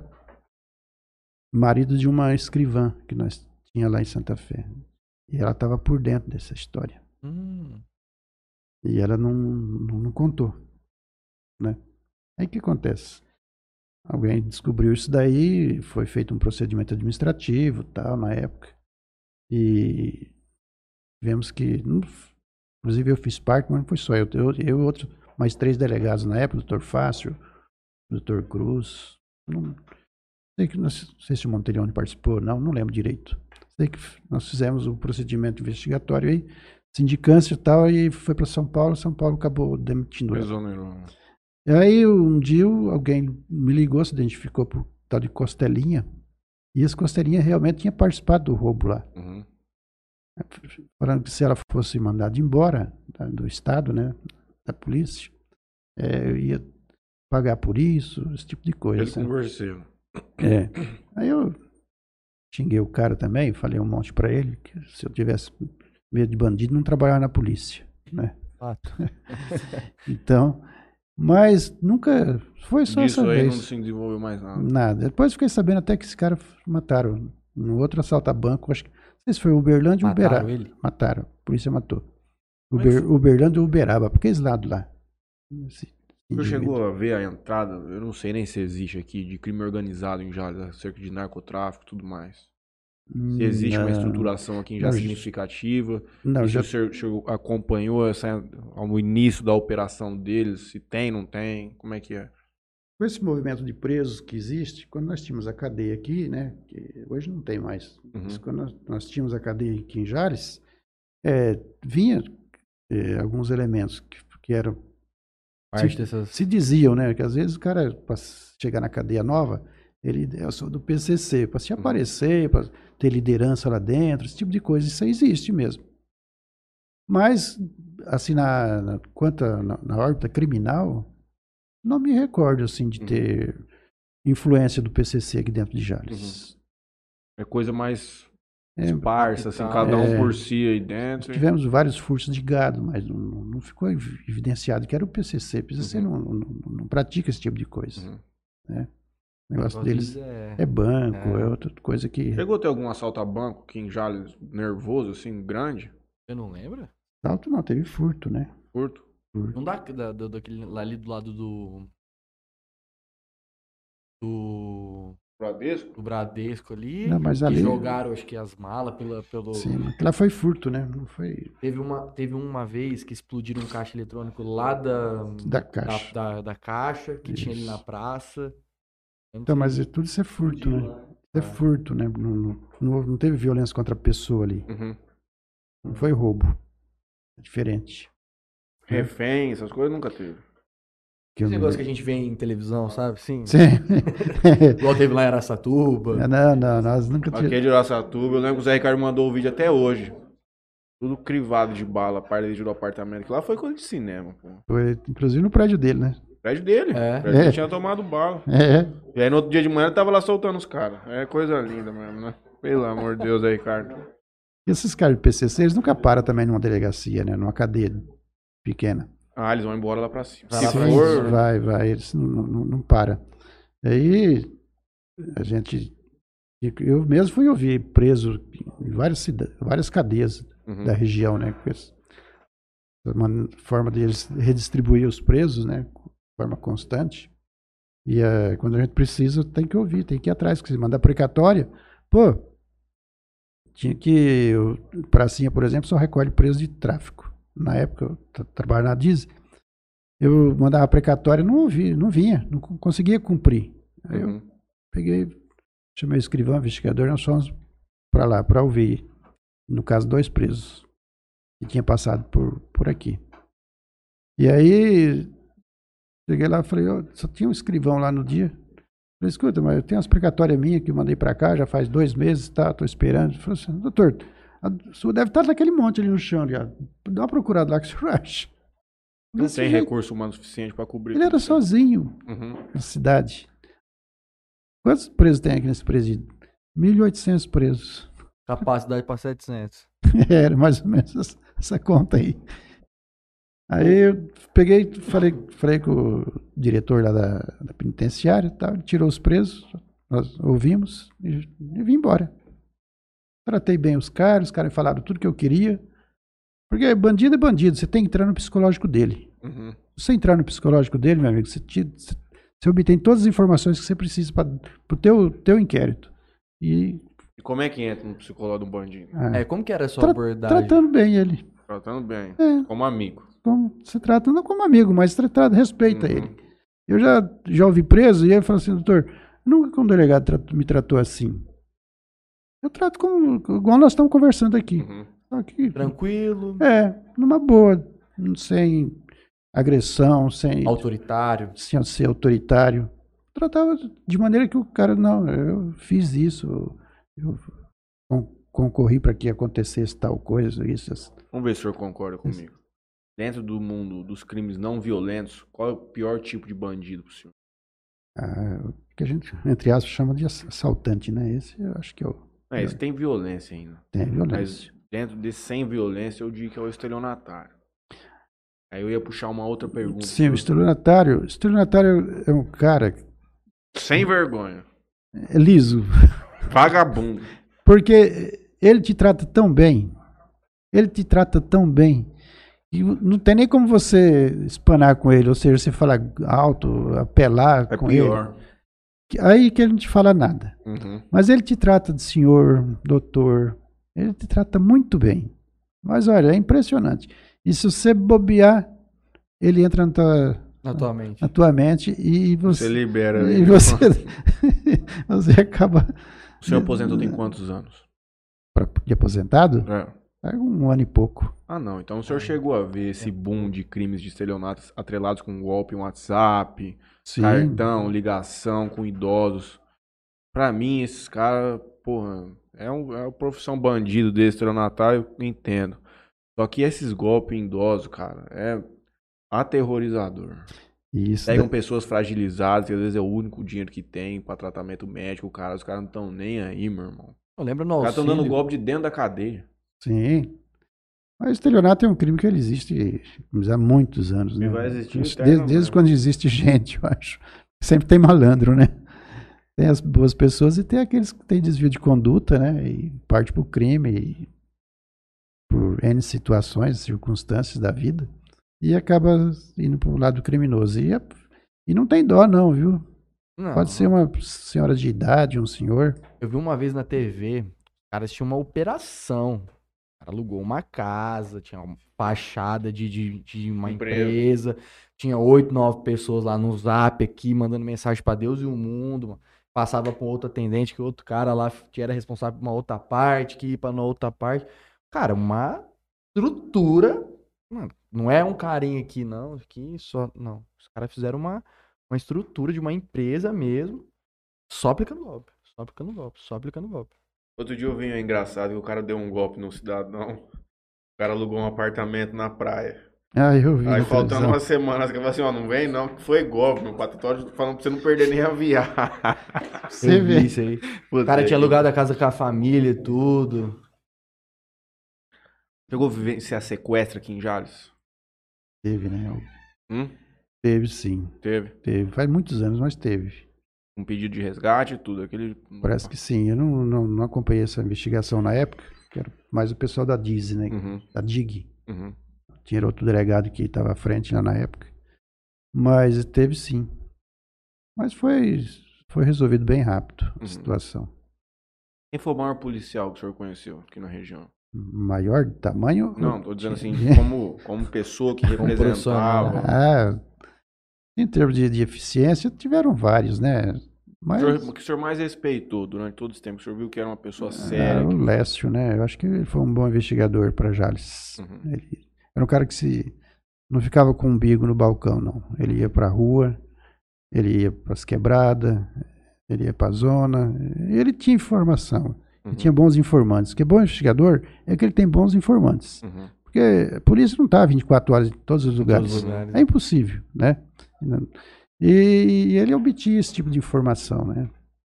marido de uma escrivã que nós tinha lá em Santa Fé. E ela estava por dentro dessa história. Hum, E ela não, não, não contou, né? Aí o que acontece? Alguém descobriu isso daí, foi feito um procedimento administrativo, tal, na época. E vemos que, inclusive eu fiz parte, mas não foi só eu, eu, eu e outros, mais três delegados na época, o doutor Fácio, o doutor Cruz, não sei, que, não sei se o Monterione participou, não, não lembro direito. Sei que nós fizemos o procedimento investigatório aí, sindicância e tal, e foi para São Paulo, São Paulo acabou demitindo ela. Exonerou. E aí um dia alguém me ligou, se identificou por tal de Costelinha, e esse Costelinha realmente tinha participado do roubo lá. Uhum. Falando que se ela fosse mandada embora da- do estado, né, da polícia, é, eu ia pagar por isso, esse tipo de coisa. Ele sabe? conversou. É. Aí eu xinguei o cara também, falei um monte pra ele, que se eu tivesse medo de bandido, não trabalhava na polícia, né? fato. Então, mas nunca, foi só Disso essa aí não vez. se desenvolveu mais nada. Nada. Depois fiquei sabendo até que esse cara mataram. No outro assalto a banco, acho que, não sei se foi Uberlândia ou Mataram Uberaba. ele? Mataram, a polícia matou. Como é que Uber, foi? Uberlândia ou Uberaba, porque esse lado lá. Esse Você indivíduo. chegou a ver a entrada, eu não sei nem se existe aqui, de crime organizado em Jales, acerca de narcotráfico e tudo mais. Se existe uma Não. estruturação aqui já Não, significativa, Não, e se já, o senhor chegou- acompanhou essa, ao início da operação deles, se tem, não tem, como é que é? com esse movimento de presos que existe, quando nós tínhamos a cadeia aqui, né, que hoje não tem mais, mas Uhum. quando nós, nós tínhamos a cadeia aqui em Jales, é, vinha é, alguns elementos que, que eram, Parte se, dessas. se diziam, né, que às vezes o cara, para chegar na cadeia nova, ele, eu sou do P C C, para se Uhum. aparecer, para ter liderança lá dentro, esse tipo de coisa, isso aí existe mesmo. Mas, assim, na, na, quanto a, na, na órbita criminal, não me recordo, assim, de Uhum. ter influência do P C C aqui dentro de Jales. É coisa mais É, esparsa, assim, capital. cada um É. por si aí nós dentro. tivemos vários furtos de gado, mas não, não ficou ev- evidenciado que era o P C C. O P C C Uhum. não, não, não pratica esse tipo de coisa. Uhum. O negócio negócio deles deles é- é banco, é. é outra coisa que... Chegou a ter algum assalto a banco aqui em Jales nervoso, assim, grande, Você não lembra? Assalto não, teve furto, né? curto? Furto. Não dá da, do, daquele lá ali do lado do. Do. Bradesco? Do Bradesco ali. Não, mas que ali- jogaram, acho que as malas pela, pelo. Sim, mas lá foi furto, né? Não foi Teve uma, teve uma vez que explodiram um caixa eletrônico lá da, da caixa. da, da, da caixa que tinha ali na Isso. praça. Eu não Então, sei- mas é- tudo isso é furto, né? Isso é É. furto, né? Não, não, não, não teve violência contra a pessoa ali. Uhum. Não foi roubo. É diferente. Refém, essas coisas nunca teve. Que eu Esse não- negócio que a gente vê em televisão, sabe? Sim. Sim. Igual teve lá em Araçatuba. Não, não, nós nunca Aqui é tivemos. de Araçatuba, eu lembro que o Zé Ricardo mandou o vídeo até hoje. Tudo crivado de bala, a parede do apartamento. Que lá foi coisa de cinema, pô. Foi, inclusive no prédio dele, né? O prédio dele. É. O prédio É. dele tinha tomado bala. É, E aí no outro dia de manhã ele tava lá soltando os caras. É coisa linda mesmo, né? Pelo amor de Deus, Zé Ricardo. e esses caras de P C C, eles nunca param também numa delegacia, né? Numa cadeia pequena. Ah, eles vão embora lá pra cima. Vai lá Se pra Sim, for. vai, vai, eles não, não, não param. Aí a gente. Eu mesmo fui ouvir preso em várias, cida- várias cadeias Uhum. da região, né? Com essa uma forma deles redistribuir os presos, né? De forma constante. E uh, quando a gente precisa, tem que ouvir, tem que ir atrás. Se mandar precatória, pô, tinha que. O Pracinha, por exemplo, só recolhe preso de tráfico. Na época, eu tra trabalhava na Diz, eu mandava precatória, não ouvi, não vinha, não conseguia cumprir. Aí eu uhum. peguei, chamei o escrivão, investigador, nós fomos para lá, para ouvir. No caso, dois presos que tinha passado por, por aqui. E aí, cheguei lá e falei, oh, só tinha um escrivão lá no dia. Falei, escuta, mas eu tenho umas precatórias minhas que eu mandei para cá, já faz dois meses, tá, tô esperando. Ele falou assim, doutor, a sua deve estar naquele monte ali no chão, já. Dá uma procurada lá que o senhor acha. Não tem jeito. Recurso humano suficiente para cobrir. Ele era sozinho uhum. na cidade. Quantos presos tem aqui nesse presídio? mil e oitocentos presos. Capacidade para setecentos. Era mais ou menos essa, essa conta aí. Aí eu peguei, falei, falei com o diretor lá da, da penitenciária, tá, ele tirou os presos, nós ouvimos e, e vim embora. Tratei bem os caras, os caras falaram tudo que eu queria. Porque bandido é bandido, você tem que entrar no psicológico dele. Uhum. Se você entrar no psicológico dele, meu amigo, você, te, você, você obtém todas as informações que você precisa para o teu, teu inquérito. E, e como é que entra no psicológico de um bandido? É, como que era a sua tra abordagem? Tratando bem ele. Tratando bem, é. como amigo. Como, você trata não como amigo, mas trata, respeita uhum. ele. Eu já, já ouvi preso e ele falou assim, doutor, nunca um delegado tratou, me tratou assim. Eu trato como, igual nós estamos conversando aqui. Uhum. Aqui, tranquilo. É, numa boa, sem agressão, sem... Autoritário. Sem ser autoritário. Tratava de maneira que o cara, não, eu fiz isso, eu concorri para que acontecesse tal coisa, isso. Vamos ver se o senhor concorda comigo. Isso. Dentro do mundo dos crimes não violentos, qual é o pior tipo de bandido pro senhor? Ah, o que a gente, entre aspas, chama de assaltante, né? Esse eu acho que é o... É, esse tem violência ainda. Tem violência. Mas dentro desse sem violência, eu digo que é o estelionatário. Aí eu ia puxar uma outra pergunta. Sim, o estelionatário, o estelionatário é um cara... Sem vergonha. É liso. Vagabundo. Porque ele te trata tão bem, ele te trata tão bem, e não tem nem como você espanar com ele, ou seja, você falar alto, apelar é com pior. ele. Aí que ele não te fala nada. Uhum. Mas ele te trata de senhor, doutor, ele te trata muito bem. Mas olha, é impressionante. E se você bobear, ele entra na tua, na tua mente, na tua mente e você, você libera. E você, você acaba... O senhor aposentou tem quantos anos? Pra, de aposentado? É. É um ano e pouco. Ah, não. Então o senhor chegou a ver esse boom de crimes de estelionatos atrelados com golpe, um WhatsApp, Sim. cartão, ligação com idosos. Pra mim, esses caras, porra, é, um, é uma profissão bandido desse estelionatário, eu entendo. Só que esses golpes em idosos, cara, é aterrorizador. Isso Pegam da... pessoas fragilizadas, que às vezes é o único dinheiro que tem pra tratamento médico, cara, os caras não estão nem aí, meu irmão. Eu lembro no Os caras estão dando golpe de dentro da cadeia. Sim. Mas o estelionato é um crime que ele existe há muitos anos, né? E vai existir desde, desde quando existe gente, eu acho. Sempre tem malandro, né? Tem as boas pessoas e tem aqueles que têm desvio de conduta, né? E parte pro crime, e por N situações, circunstâncias da vida, e acaba indo pro lado criminoso. E, e não tem dó, não, viu? Não. Pode ser uma senhora de idade, um senhor. Eu vi uma vez na T V, os caras tinham uma operação. O cara alugou uma casa, tinha uma fachada de, de, de uma empresa. empresa, tinha oito, nove pessoas lá no Zap aqui, mandando mensagem pra Deus e o mundo, mano. Passava pra outro atendente, que outro cara lá que era responsável por uma outra parte, que ia pra uma outra parte. Cara, uma estrutura, mano, não é um carinha aqui, não, aqui só, não. Os caras fizeram uma, uma estrutura de uma empresa mesmo, só aplicando golpe, só aplicando golpe, só aplicando golpe. Outro dia eu vi um engraçado que o cara deu um golpe no cidadão. O cara alugou um apartamento na praia. Ah, eu vi. Aí faltando umas semanas, que eu falei assim, ó, não vem não, que foi golpe, meu patrão falando pra você não perder nem a viagem. Você vê isso aí. O cara tinha alugado a casa com a família e tudo. Chegou a vivenciar sequestro aqui em Jales? Teve, né? Hum? Teve, sim. Teve? Teve. Faz muitos anos, mas teve. Um pedido de resgate e tudo, aquele... Parece que sim. Eu não, não, não acompanhei essa investigação na época, que era mais o pessoal da D I Z, né? Uhum. Da D I G. Uhum. Tinha outro delegado que estava à frente lá na época. Mas teve sim. Mas foi, foi resolvido bem rápido a Uhum. situação. Quem foi o maior policial que o senhor conheceu aqui na região? Maior de tamanho? Não, tô dizendo assim, como, como pessoa que Como profissional. representava. Ah, em termos de, de eficiência, tiveram vários, né? O Mas senhor- que o senhor mais respeitou durante todo esse tempo? O senhor viu que era uma pessoa ah, séria? o Que... Lécio, né? Eu acho que ele foi um bom investigador para Jales. Uhum. Ele era um cara que se não ficava com o umbigo no balcão, não. Ele ia para a rua, ele ia para as quebradas, ele ia para a zona. Ele tinha informação. Uhum. Ele tinha bons informantes. Porque bom investigador é que ele tem bons informantes. Uhum. Porque a polícia não está vinte e quatro horas em todos os lugares. Todos os lugares. É impossível, né? E ele obtinha esse tipo de informação, né?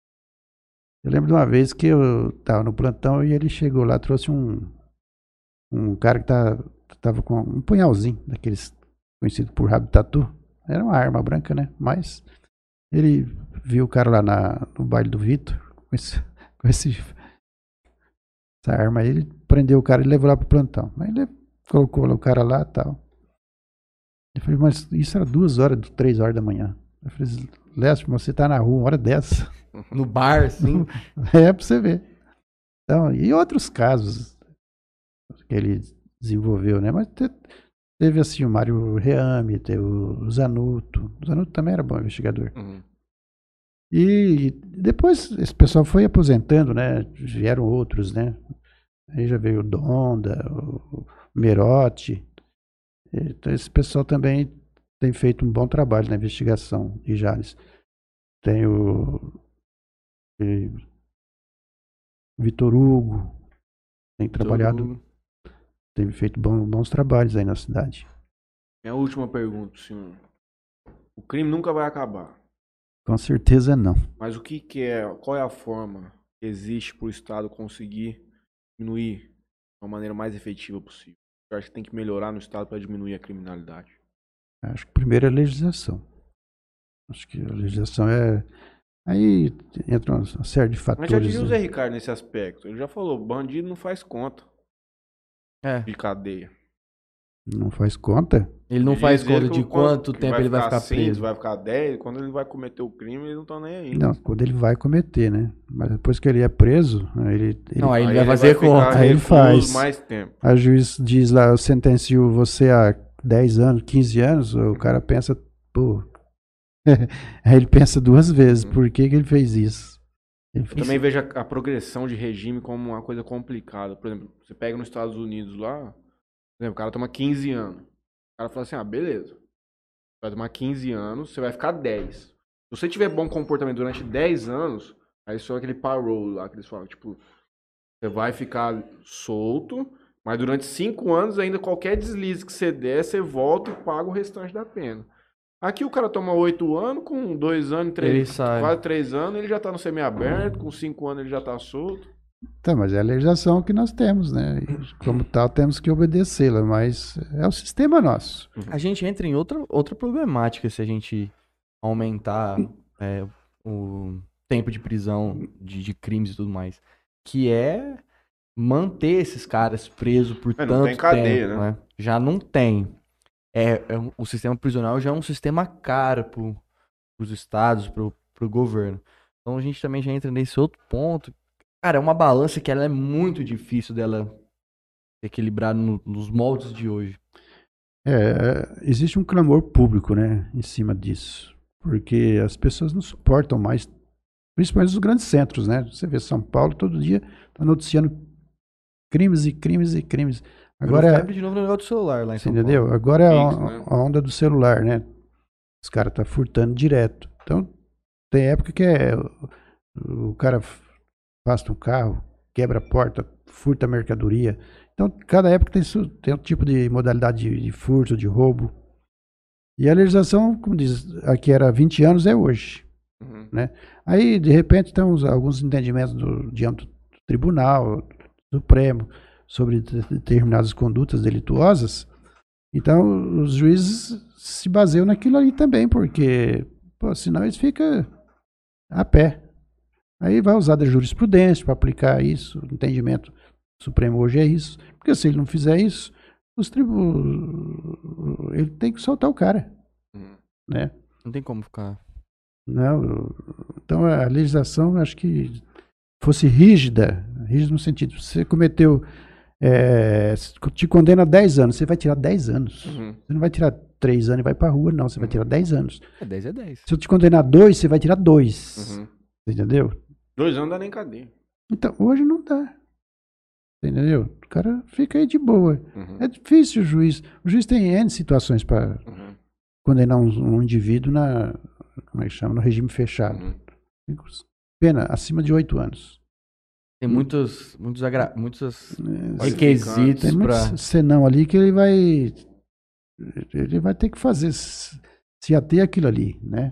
Eu lembro de uma vez que eu estava no plantão e ele chegou lá, trouxe um, um cara que tá, tava com um punhalzinho, daqueles conhecido por rabo de tatu. Era uma arma branca, né? Mas ele viu o cara lá na, no baile do Vitor, com, esse, com esse, essa arma aí, ele prendeu o cara e levou lá pro plantão. Aí ele colocou o cara lá e tal. Eu falei, mas isso era duas horas, três horas da manhã. Eu falei, Lécio, você tá na rua uma hora dessa. No bar, sim. É pra você ver. Então, e outros casos que ele desenvolveu, né? Mas te, teve assim o Mário Reame, teve o Zanuto. O Zanuto também era bom investigador. Uhum. E depois esse pessoal foi aposentando, né? Vieram outros, né? Aí já veio o Donda, o Merotti. Então esse pessoal também tem feito um bom trabalho na investigação de Jales. Tem o e, Vitor Hugo, tem trabalhado, Hugo. tem feito bom, bons trabalhos aí na cidade. Minha última pergunta, senhor. O crime nunca vai acabar. Com certeza não. Mas o que, que é, qual é a forma que existe para o Estado conseguir diminuir de uma maneira mais efetiva possível? Eu acho que tem que melhorar no Estado para diminuir a criminalidade. Acho que primeiro é a legislação. Acho que a legislação é... Aí entra uma série de fatores. Mas já dizia o Zé né? Ricardo nesse aspecto. Ele já falou, bandido não faz conta É. de cadeia. Não faz conta? Ele não Ele faz dizia conta que de o- quando- quanto que tempo ele vai ficar cinco, preso. vai ficar dez, quando ele vai cometer o crime, eles não estão nem aí. Não, quando ele vai cometer, né? Mas depois que ele é preso, ele... ele Não, aí ele vai fazer ficar conta. Aí ele recluso faz. mais tempo. A juiz diz lá, eu sentencio você a dez anos, quinze anos, o cara pensa, pô... Aí ele pensa duas vezes, por que, que ele fez isso? Ele Eu também vejo a, a progressão de regime como uma coisa complicada. Por exemplo, você pega nos Estados Unidos lá, por exemplo, o cara toma quinze anos. O cara fala assim, ah, beleza. Você vai tomar quinze anos, você vai ficar dez. Se você tiver bom comportamento durante dez anos, aí só aquele parole lá que eles falam, tipo, você vai ficar solto, mas durante cinco anos ainda qualquer deslize que você der, você volta e paga o restante da pena. Aqui o cara toma oito anos, com dois anos, três, Ele sai. quase três anos, ele já tá no semiaberto, com cinco anos ele já tá solto. Tá, mas é a legislação que nós temos, né? E, como tal, temos que obedecê-la, mas é o sistema nosso. A gente entra em outra, outra problemática se a gente aumentar é, o tempo de prisão de, de crimes e tudo mais. Que é manter esses caras presos por É, não tanto tem cadeia, tempo, né? né? Já não tem. É, é um- o sistema prisional já é um sistema caro pro, pros estados, pro, pro governo. Então a gente também já entra nesse outro ponto. Cara, é uma balança que ela é muito difícil dela equilibrar no- nos moldes de hoje. É, existe um clamor público, né, em cima disso, porque as pessoas não suportam mais, principalmente os grandes centros, né? Você vê São Paulo todo dia tá noticiando crimes e crimes e crimes. Agora Virou é, febre de novo no negócio do celular lá em você São entendeu? Paulo. Agora é a, Pix, né? a onda do celular, né? Os caras tá furtando direto. Então tem época que é o, o cara basta um carro, quebra a porta, furta a mercadoria. Então, cada época tem, su- tem um tipo de modalidade de, de furto, de roubo. E a legislação, como diz, aqui era vinte anos, é hoje. Uhum. Né? Aí, de repente, tem uns- alguns entendimentos do, diante do Tribunal do Supremo sobre de- determinadas condutas delituosas. Então, os juízes se baseiam naquilo aí também, porque pô, senão eles ficam a pé. Aí vai usar da jurisprudência para aplicar isso, o entendimento Supremo hoje é isso. Porque se ele não fizer isso, os tribu... ele tem que soltar o cara, Uhum. né? Não tem como ficar. Não, eu- então a legislação, acho que fosse rígida, rígida no sentido, você cometeu, é, te condena a dez anos, você vai tirar dez anos. Uhum. Você não vai tirar três anos e vai pra rua, não, você vai Uhum. tirar dez anos. É dez é dez. Se eu te condenar dois, você vai tirar dois. Uhum. Entendeu? Dois anos não dá nem cadeia. Então, hoje não dá. Entendeu? O cara fica aí de boa. Uhum. É difícil o juiz. O juiz tem N situações para Uhum. condenar um, um indivíduo na, como é que chama? No regime fechado. Uhum. Pena acima de oito anos. Tem muitos, muitos, agra... muitos É, requisitos tem muito pra... senão ali que ele vai ele vai ter que fazer se se ater aquilo ali, né?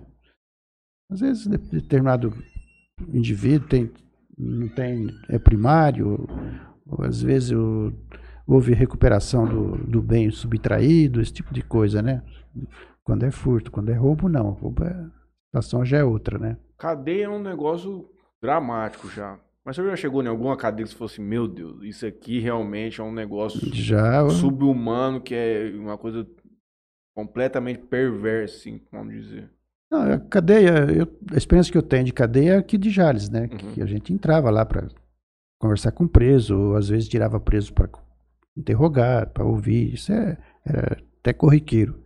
Às vezes de- determinado indivíduo tem não tem é primário, ou às vezes o- houve recuperação do, do bem subtraído, esse tipo de coisa, né? Quando é furto, quando é roubo, não. Roubo é, a situação já é outra, né? Cadeia é um negócio dramático já. Mas você já chegou em alguma cadeia que você fosse, meu Deus, isso aqui realmente é um negócio Já sub-humano, que é uma coisa completamente perversa, assim, vamos dizer. não, a cadeia, eu- a experiência que eu tenho de cadeia é aqui de Jales, né? Uhum. Que a gente entrava lá para conversar com o preso, ou às vezes tirava preso para interrogar, para ouvir. Isso é, era até corriqueiro.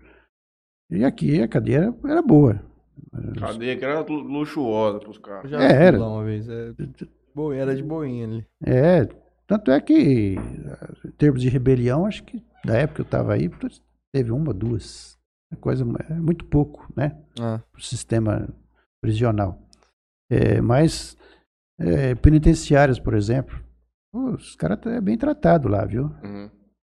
E aqui a cadeia era, era boa. Cadeia que era lu- luxuosa pros Eu caras. já É, fui era. lá uma vez. É... Boa, era de boinha ali. É, tanto é que, em termos de rebelião, acho que da época que eu estava aí, teve uma, duas. É coisa é muito pouco, né? Ah. Para o sistema prisional. É, mas é, penitenciárias, por exemplo, pô, os caras é bem tratado lá, viu? Uhum.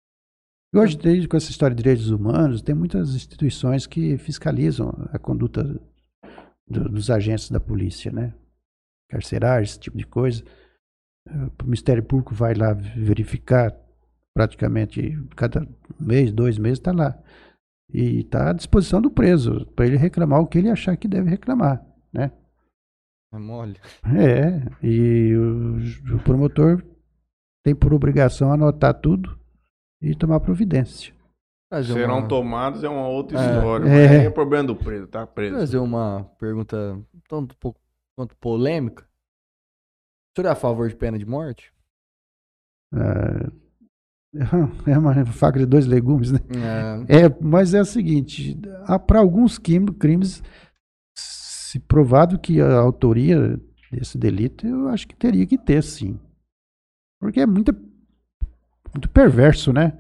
E hoje, desde com essa história de direitos humanos, tem muitas instituições que fiscalizam a conduta do- dos agentes da polícia, né? Carcerários, esse tipo de coisa. O Ministério Público vai lá verificar praticamente cada mês, dois meses, está lá. E está à disposição do preso, para ele reclamar o que ele achar que deve reclamar, né? É mole. É, e o, o promotor tem por obrigação anotar tudo e tomar providência. Fazer Serão uma... tomados é uma outra É. história. É. Mas aí é problema do preso, tá preso. fazer uma pergunta tanto pouco quanto polêmica. O senhor é a favor de pena de morte? Ah, é uma faca de dois legumes, né? É. É, mas é o seguinte, para alguns quim- crimes, se provado que a autoria desse delito, eu acho que teria que ter, sim. Porque é muito, muito perverso, né?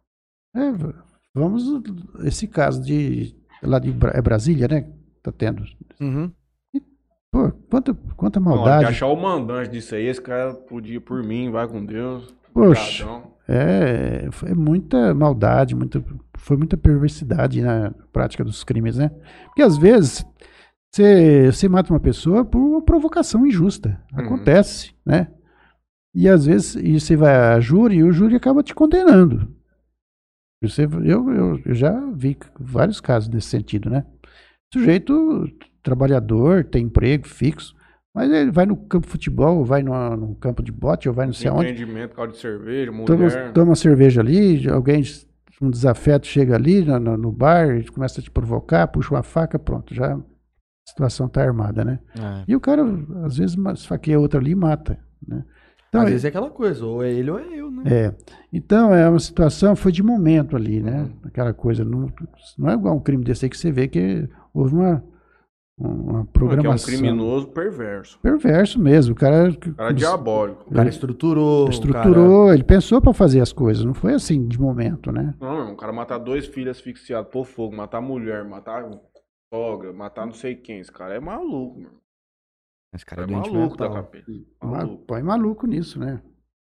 É, v- vamos, esse caso de, lá de Bra- é Brasília, né? Tá tendo. Uhum. Pô, quanta, quanta Na hora de maldade. achar o mandante disso aí, esse cara podia por mim, vai com Deus. Poxa, Obrigadão. é, foi muita maldade, muita, foi muita perversidade na prática dos crimes, né? Porque às vezes você, você mata uma pessoa por uma provocação injusta. Uhum. Acontece, né? E às vezes e você vai a júri e o júri acaba te condenando. Você, eu, eu, eu já vi vários casos nesse sentido, né? Sujeito trabalhador, tem emprego fixo, mas ele vai no campo de futebol, vai no, no campo de bote, ou vai não sei aonde, Empreendimento, caldo de cerveja, toma, mulher. toma cerveja ali, alguém, um desafeto chega ali no, no, no bar, começa a te provocar, puxa uma faca, pronto, já a situação tá armada, né? É. E o cara, às vezes, esfaqueia outro ali e mata, né? Então, Às vezes é aquela coisa, ou é ele ou é eu, né? é, então é uma situação, foi de momento ali, né? Uhum. Aquela coisa, não, não é igual um crime desse aí que você vê que houve uma, uma Que é um programação. criminoso perverso. Perverso mesmo, o cara, Cara diabólico. O cara estruturou. estruturou, o cara- ele pensou para fazer as coisas, não foi assim de momento, né? Não, meu irmão, o cara matar dois filhos asfixiados, pôr fogo, matar mulher, matar sogra, matar não sei quem. Esse cara é maluco, meu irmão. Esse O cara cara é é doente maluco da mental. capeta. Ma- Maluco. Põe maluco nisso, né?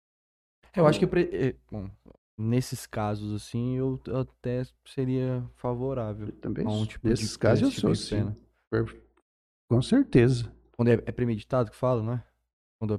Eu acho que, pre- eh, bom, nesses casos, assim, eu, eu até seria favorável Eu também, a um tipo nesses de, casos eu esse tipo sou, de sim. pena. Per- Com certeza. Quando é, é premeditado que fala, não é? Quando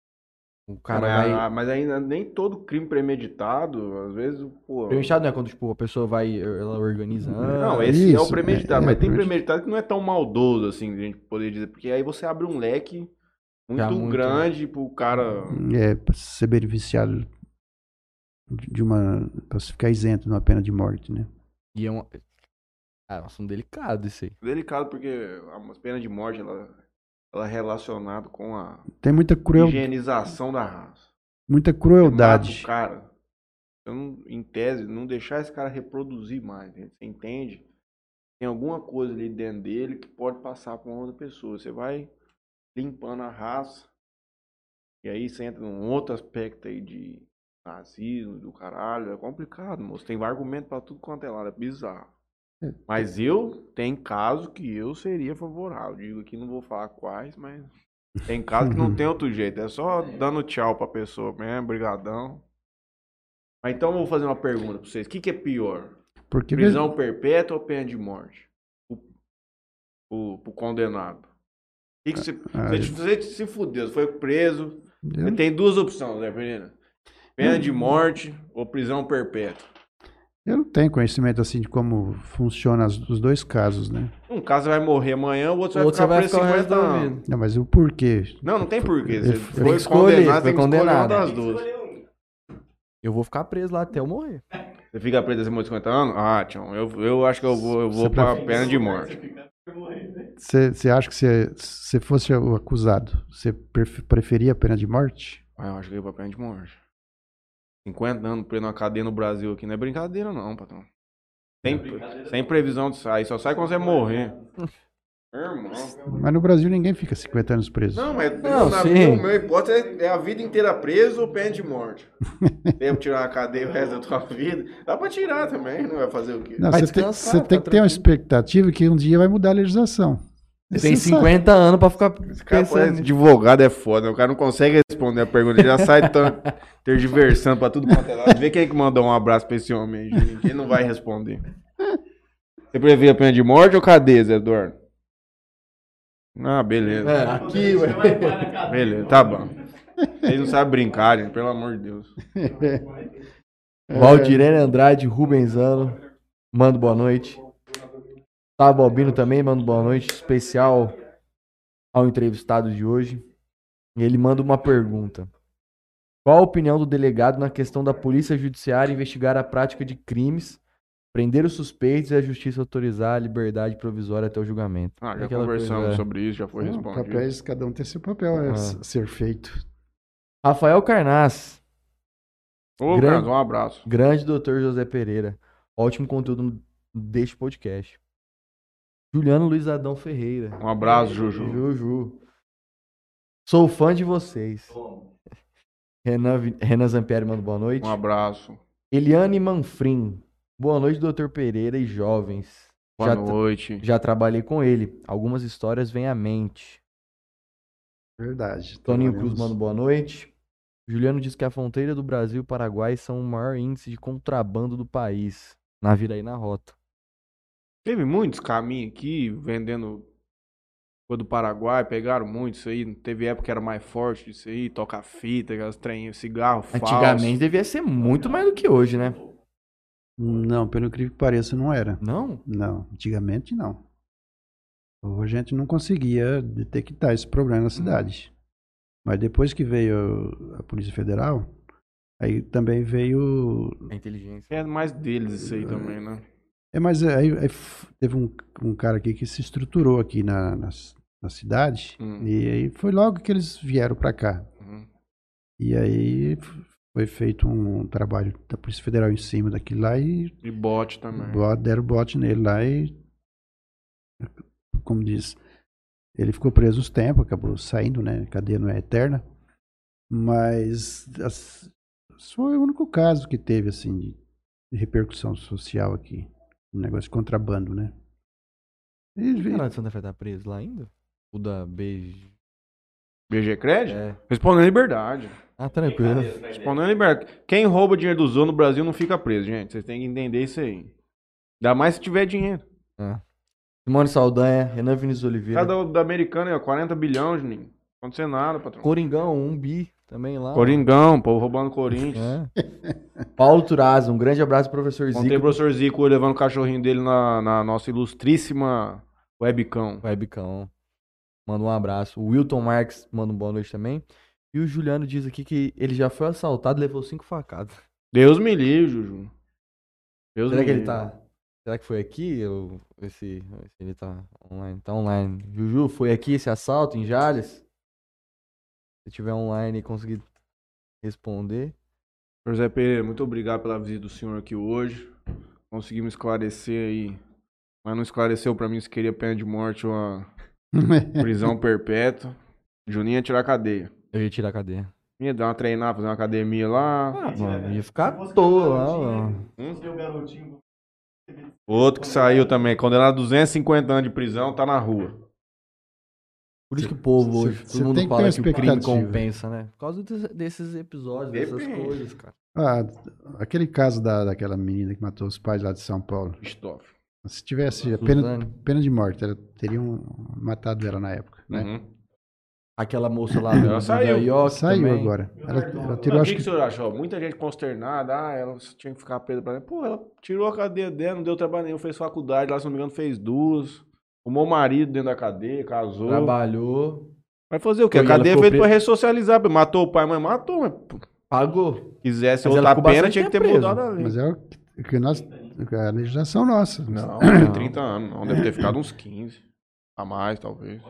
o cara mas, vai... a- mas ainda nem todo crime premeditado, às vezes, pô. Premeditado não é quando, tipo, a pesa vai, ela organiza Não, antes. esse é o Isso, premeditado, é- é mas o tem premeditado. premeditado que não é tão maldoso assim, a gente poderia dizer, porque aí você abre um leque muito, Já muito- grande pro cara. É, para ser beneficiado de uma. Para ficar isento de uma pena de morte, né? E é uma... Ah, é um assunto delicado isso aí. Delicado porque a pena de morte, ela, ela é relacionada com a Tem muita, cruel, higienização da raça. muita Você mata crueldade. o cara, você não, em tese, não deixar esse cara reproduzir mais. Né? Você entende? Tem alguma coisa ali dentro dele que pode passar para uma outra pessoa. Você vai limpando a raça. E aí você entra num outro aspecto aí de nazismo, do caralho. É complicado, moço. Tem argumento pra tudo quanto é lado. É bizarro. É. Mas eu, tem caso que eu seria favorável. Digo aqui, não vou falar quais, mas tem caso que não tem outro jeito. É só dando tchau pra pessoa mesmo, brigadão. Mas então eu vou fazer uma pergunta pra vocês. O que, que é pior? Porque Prisão perpétua ou pena de morte? Pro, pro, pro condenado. Que que você, Ah, você, você se fudeu, você foi preso. Você eu, tem duas opções, Zé Pereira. Pena de morte ou prisão perpétua. eu não tenho conhecimento assim de como funciona as- os dois casos, né? Um caso você vai morrer amanhã, o outro O vai outro ficar você vai preso ficar o resto cinquenta da anos. vida. Não, mas o porquê? Não, não tem porquê. Eu- Você eu- foi Tem que escolher, condenado, foi tem que escolher uma condenado. das duas. Eu vou ficar preso lá até eu morrer. Você fica preso acima de cinquenta anos? Ah, tchau, eu, eu acho que eu vou, eu vou Você pra prefere- pena de morte. Você você acha que se você fosse o acusado, você pref- preferia a pena de morte? Ah, eu acho que eu vou pra pena de morte. cinquenta anos preso numa cadeia no Brasil aqui não é brincadeira não, patrão. Sem, sem previsão de sair, só sai quando você morrer. Meu irmão. Mas no Brasil ninguém fica cinquenta anos preso. Não, mas Não, na sim. minha, o meu hipótese é, é a vida inteira preso ou pena de morte. Devo tirar a cadeia o resto da tua vida. Dá pra tirar também, não vai fazer o quê? Não, Vai você tem, descansar, você tá tem que ter uma tranquilo. expectativa que um dia vai mudar a legislação. Você tem Você sabe. cinquenta anos pra ficar Esse cara pensando parece nisso. advogado, é foda. Né? O cara não consegue responder a pergunta. Ele já sai tão tergiversando pra tudo quanto é lado. Vê quem é que mandou um abraço pra esse homem aí, gente. Ele não vai responder. Você prevê a pena de morte ou cadeia, Zé Eduardo? Ah, beleza. É, aqui, ué. Beleza, tá bom. Eles não sabem brincar, gente, pelo amor de Deus. Valdirene Andrade, Rubenzano, manda boa noite. Tá Balbino também, manda boa noite. Especial ao entrevistado de hoje. E ele manda uma pergunta. Qual a opinião do delegado na questão da polícia judiciária investigar a prática de crimes, prender os suspeitos e a justiça autorizar a liberdade provisória até o julgamento? Ah, já Aquela conversamos coisa, é. sobre isso, já foi Não, respondido. papéis, cada um tem seu papel a Ah. s- ser feito. Rafael Carnaz, Ô, Grande- Carlos, um abraço. grande doutor José Pereira. Ótimo conteúdo deste podcast. Juliano Luiz Adão Ferreira. Um abraço, Juju. Juju. Sou fã de vocês. Renan, Vi- Renan Zampieri manda boa noite. Um abraço. Eliane Manfrim. Boa noite, doutor Pereira e jovens. Boa já, tra- noite. já trabalhei com ele. Algumas histórias vêm à mente. Verdade. Toninho Trabalhamos- Cruz manda boa noite. Juliano diz que a fronteira do Brasil e Paraguai são o maior índice de contrabando do país. Na Viraí na Rota. Teve muitos caminhos aqui vendendo coisa do Paraguai, pegaram muito isso aí. Teve época que era mais forte isso aí, toca fita, aquelas trem, cigarro falso. Antigamente devia ser muito mais do que hoje, né? Não, pelo incrível que pareça, não era. Não? Não, antigamente não. Hoje a gente não conseguia detectar esse problema na cidade. Mas depois que veio a Polícia Federal, aí também veio. A inteligência. É mais deles isso aí também, né? É, mas aí, aí f- teve um, um cara aqui que se estruturou aqui na, na, na cidade, Hum. e aí foi logo que eles vieram pra cá. Uhum. E aí f- foi feito um trabalho da Polícia Federal em cima daquilo lá e E bote também. bo- deram bote nele lá e, como diz, ele ficou preso uns tempos, acabou saindo, né? A cadeia não é eterna. Mas as- foi o único caso que teve, assim, de, de repercussão social aqui. Um negócio de contrabando, né? E- O cara de Santa Fé tá preso lá ainda? O da B G. B G Cred? É. Respondendo liberdade. Ah, tranquilo. Respondendo liberdade. Quem rouba dinheiro dos outros no Brasil não fica preso, gente. Vocês têm que entender isso aí. Ainda mais se tiver dinheiro. É. Simone Saldanha, Renan Vinícius Oliveira. Cada da americana aí, ó, quarenta bilhões, Juninho. Não aconteceu nada, patrão. Coringão, um bi também lá. Coringão, povo roubando Corinthians. É. Paulo Turaza, um grande abraço, professor Ontem o Zico. professor Zico levando o cachorrinho dele na, na nossa ilustríssima webcam. Webcão. Manda um abraço. O Wilton Marques manda um boa noite também. E o Juliano diz aqui que ele já foi assaltado e levou cinco facadas. Deus me livre, Juju. Deus Será me que ele livre. tá. Será que foi aqui? Eu, esse, esse ele tá online. Tá online. Juju, foi aqui esse assalto em Jales? Se tiver online e conseguir responder. José Pereira, muito obrigado pela visita do senhor aqui hoje. Conseguimos esclarecer aí, mas não esclareceu pra mim se queria pena de morte ou uma prisão perpétua. Juninho ia tirar a cadeia. Eu ia tirar a cadeia. Ia dar uma treinada, fazer uma academia lá. Ah, mano, ia ficar à toa lá, mano. Hum? Outro que saiu também, condenado a duzentos e cinquenta anos de prisão, tá na rua. Por isso que o povo Cê- hoje, cê todo mundo tem que ter fala uma que o crime expectativa. compensa, né? Por causa desse- desses episódios, dessas Depende. coisas, cara. Ah, aquele caso da, daquela menina que matou os pais lá de São Paulo. Christophe. Se tivesse a pena, Suzane. pena de morte, ela teriam matado ela na época, né? Uhum. Aquela moça lá do, Ela do saiu. da Ioc Saiu também. agora. Ela, ela O tirou, que, acho que o que... senhor achou? Muita gente consternada, ah, ela tinha que ficar presa pra mim. Pô, ela tirou a cadeia dela, não deu trabalho nenhum, fez faculdade, lá se não me engano fez duas. Arrumou o marido dentro da cadeia, casou. Trabalhou, Vai fazer o quê? Pô, A e ela cadeia é ficou feita pre- pra ressocializar. Matou o pai, mas matou. Mas, pô, pagou. quisesse Mas ela outra ficou pena, bastante tinha que ter tempo mudado presa. a lei. Mas é o que- que nós, a legislação nossa. Não, Não. não. trinta anos. Não, deve ter ficado uns quinze. A mais, talvez.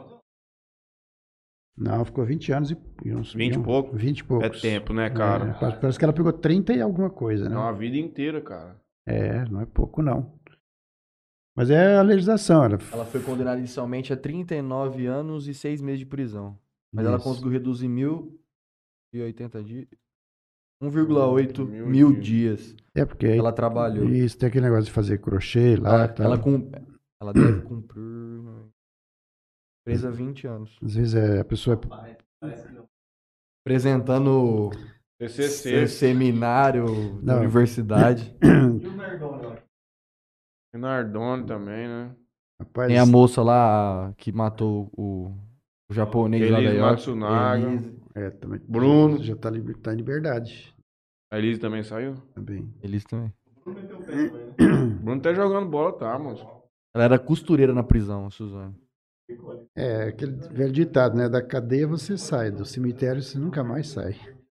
Não, ficou vinte anos e, e uns... vinte e um- pouco? vinte e É poucos. tempo, né, É, cara? parece- parece que ela pegou trinta e alguma coisa, É né? uma vida inteira, cara. É, não é pouco, não. Mas é a legislação. Ela, Ela foi condenada inicialmente a trinta e nove anos e seis meses de prisão. Mas ela Isso. conseguiu reduzir mil e oitenta dias. um vírgula oito Mil mil dias. dias. É, porque aí, Ela trabalhou. isso, tem aquele negócio de fazer crochê lá. Ela, tal. ela, cum- ela deve cumprir. Presa vinte anos. Às vezes é, a pessoa... Apresentando C C se- C. seminário da Não. universidade. Nardone também, né? Rapaz, Tem a moça lá que matou o, o japonês lá da Elise Ioc. Matsunaga. Elise, é, também, Bruno. Já, já tá, liber- tá em liberdade A Elise também saiu? também. Elise também. O Bruno tá jogando bola, tá, moço? Ela era costureira na prisão, a Suzane. É, aquele velho ditado, né? Da cadeia você sai, do cemitério você nunca mais sai.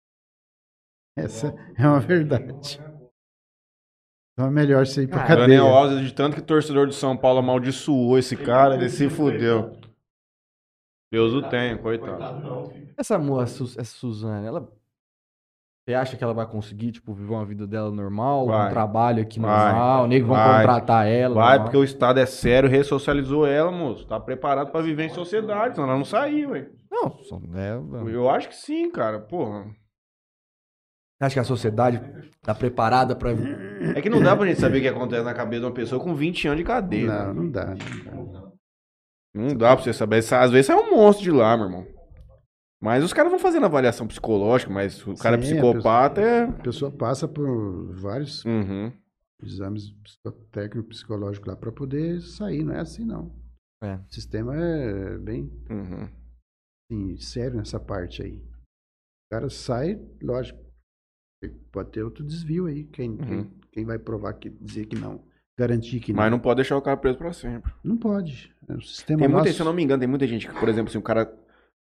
Essa é uma verdade. Então é melhor você ir pra Ah, cadeia. Daniel Alves, de tanto que torcedor de São Paulo amaldiçoou esse cara, ele se fudeu. Deus o tenha, coitado. Essa moça, essa Suzane, ela. Você acha que ela vai conseguir, tipo, viver uma vida dela normal? Vai. Um trabalho aqui Vai. normal? Nego vão Vai. contratar ela? Vai, normal? porque o Estado é sério, ressocializou ela, moço. Tá preparado pra viver em sociedade, senão ela não saiu, hein? Não, só, é, Eu acho que sim, cara, porra. Você acha que a sociedade tá preparada pra. É que não dá pra gente saber o que acontece na cabeça de uma pessoa com vinte anos de cadeia. Não, né? não dá. Não dá. Não dá pra você saber. Às vezes é um monstro de lá, meu irmão. Mas os caras vão fazendo avaliação psicológica, mas o cara é Sim, a psicopata é. A pessoa passa por vários Uhum. exames técnicos psicológicos lá para poder sair. Não é assim, não. É. O sistema é bem Uhum. assim, sério nessa parte aí. O cara sai, lógico, pode ter outro desvio aí. Quem, Uhum. quem, quem vai provar que dizer que não? Garantir que Mas não. não pode deixar o cara preso pra sempre. Não pode. O sistema Tem muita, nosso... se eu não me engano, tem muita gente que, por exemplo, assim, o cara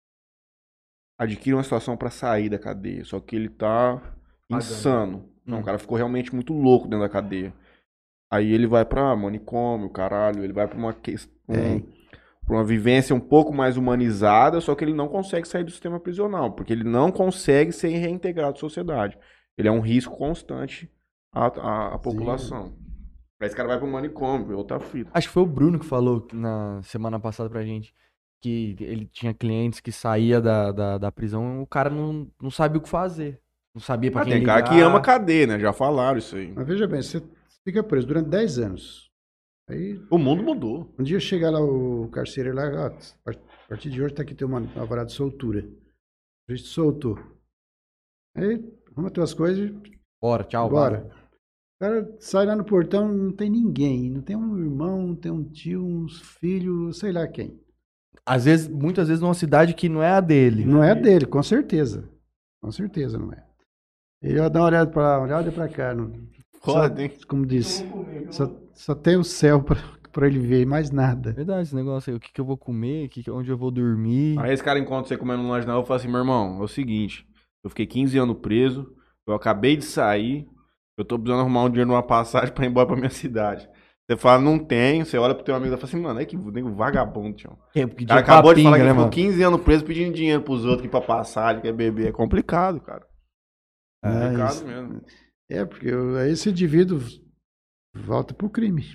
adquire uma situação pra sair da cadeia, só que ele tá insano. Não, Hum. o cara ficou realmente muito louco dentro da cadeia. Aí ele vai pra manicômio, caralho, ele vai pra uma questão, É. pra uma vivência um pouco mais humanizada, só que ele não consegue sair do sistema prisional, porque ele não consegue ser reintegrado à sociedade. Ele é um risco constante à, à, à população. Aí esse cara vai pro manicômio, outra fita. Acho que foi o Bruno que falou na semana passada pra gente que ele tinha clientes que saía da, da, da prisão e o cara não, não sabia o que fazer. Não sabia pra Ah, quem tem ligar. cara que ama cadeia, né? Já falaram isso aí. Mas veja bem, você fica preso durante dez anos. Aí O mundo mudou. um dia chega lá o carcereiro lá, ó, a partir de hoje tá aqui tem uma, uma varada de soltura. A gente soltou. Aí arruma tuas coisas e Bora, tchau, bora. bora. O cara sai lá no portão, não tem ninguém. Não tem um irmão, não tem um tio, uns filhos, sei lá quem. Às vezes, muitas vezes numa cidade que não é a dele. Não é dele, com certeza. Com certeza não é. Ele ó, dá uma olhada pra lá, uma olhada pra cá. Não, Foda, só, hein? como disse, só, só tem o céu pra, pra ele ver, mais nada. Verdade, esse negócio aí. O que, que eu vou comer, o que, que- onde eu vou dormir. Aí esse cara encontra você comendo um lanche na rua e fala assim, meu irmão, é o seguinte, eu fiquei quinze anos preso, eu acabei de sair, eu tô precisando arrumar um dinheiro numa passagem pra ir embora pra minha cidade. Você fala, não tem, você olha pro teu amigo e fala assim, mano, é que nego vagabundo, tio. É, O cara acabou de falar que ficou quinze anos preso pedindo dinheiro pros outros aqui pra passar, quer beber. É complicado, cara. É complicado isso, mesmo. É, porque aí esse indivíduo volta pro crime.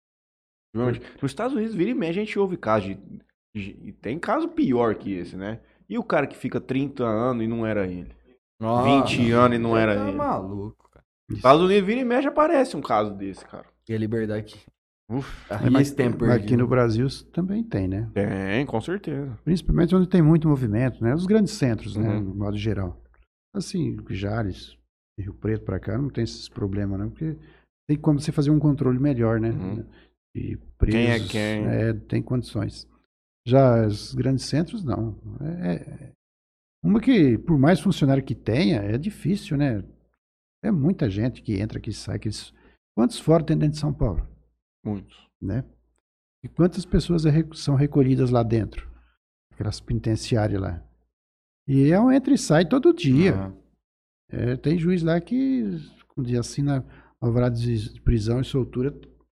Nos Estados Unidos, vira e mexe, a gente ouve casos de, de... E tem caso pior que esse, né? E o cara que fica trinta anos e não era ele? Nossa, vinte anos e não era tá ele? maluco, cara. Nos Estados Unidos, vira e mexe, aparece um caso desse, cara. E a liberdade aqui. Uf, É mais tempo Mas perdido. aqui no Brasil também tem, né? tem, com certeza. Principalmente onde tem muito movimento, né? Os grandes centros, né? Uhum. No modo geral. Assim, Jales, Rio Preto pra cá, não tem esses problemas, não. Porque tem como você fazer um controle melhor, né? Uhum. E presos, Quem é quem? É, tem condições. Já os grandes centros, não. É, é- uma que, por mais funcionário que tenha, é difícil, né? É muita gente que entra, que sai. Que eles... Quantos fora tem dentro de São Paulo? Muitos. Né? E quantas pessoas é re- são recolhidas lá dentro? Aquelas penitenciárias lá. E é um entra e sai todo dia. Ah. É, tem juiz lá que, quando assina alvará de prisão e soltura,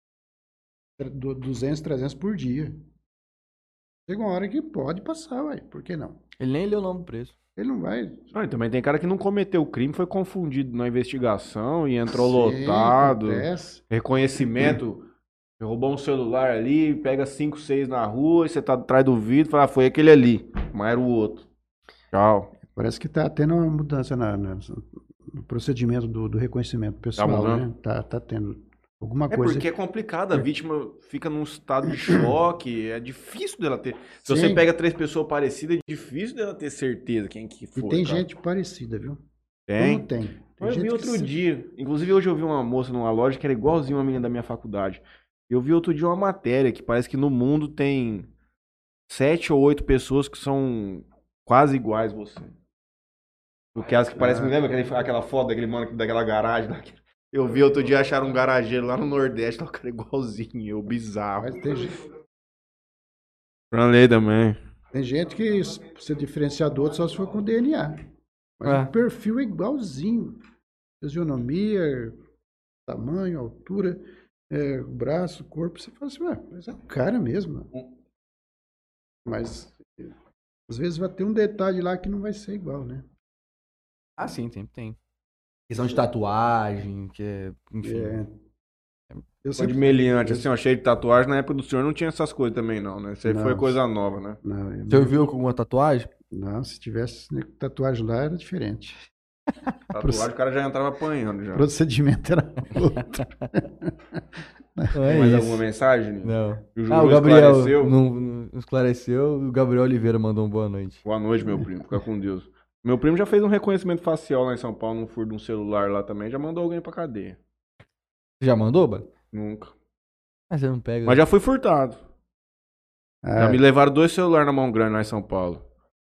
du- duzentos, trezentos por dia. Chega uma hora que pode passar, ué. Por que não? Ele nem leu o nome do preço. Ele não vai. Ah, e também tem cara que não cometeu o crime, foi confundido na investigação e entrou Sim, lotado. acontece. Reconhecimento. Você roubou um celular ali, pega cinco, seis na rua, e você tá atrás do vidro e fala, ah, foi aquele ali, mas era o outro. Tchau. Parece que está tendo uma mudança na, na- no procedimento do, do reconhecimento pessoal, mudando? né? Tá, tá tendo alguma É coisa. porque é complicado, a vítima fica num estado de choque, é difícil dela ter. Se você Sim. pega três pessoas parecidas, é difícil dela ter certeza quem que E foi. tem cara. gente parecida, viu? Tem. Como tem? Tem Eu gente vi que outro se- dia, inclusive hoje eu vi uma moça numa loja que era igualzinha uma menina da minha faculdade. Eu vi outro dia uma matéria que parece que no mundo tem sete ou oito pessoas que são quase iguais a você. Porque as que parecem, me lembra aquele- aquela foto daquele mano que- daquela garagem lá? que- Eu vi outro dia acharam um garageiro lá no Nordeste, lá o cara é igualzinho, eu bizarro. Mas tem, gente- Franley também. tem gente que s- você diferenciar do outro só se for com D N A. Mas É. o perfil é igualzinho. Fisionomia, tamanho, altura, é, braço, corpo. Você fala assim, ué, mas é o cara mesmo. Mas às vezes vai ter um detalhe lá que não vai ser igual, né? Ah, sim, sempre tem. Questão de tatuagem, que é, enfim. É. Eu Foi de sempre... meliante, assim, ó, cheio de tatuagem. Na época do senhor não tinha essas coisas também, não, né? Isso aí foi Não. coisa nova, né? Não, eu- Você viu com alguma tatuagem? não, se tivesse né, tatuagem lá era diferente. Tatuagem, o cara já entrava apanhando já. O procedimento era outro. Não Tem é mais isso. alguma mensagem? Nino? Não. O Ah, o João Gabriel esclareceu? não, não esclareceu. O Gabriel Oliveira mandou um boa noite. Boa noite, meu primo. Fica com Deus. Meu primo já fez um reconhecimento facial lá em São Paulo, num furo de um celular lá também. Já mandou alguém pra cadeia. Você já mandou, Ba? Nunca. Ah, você não pega. Mas já fui furtado. Já Ah, me levaram dois celulares na mão grande lá em São Paulo.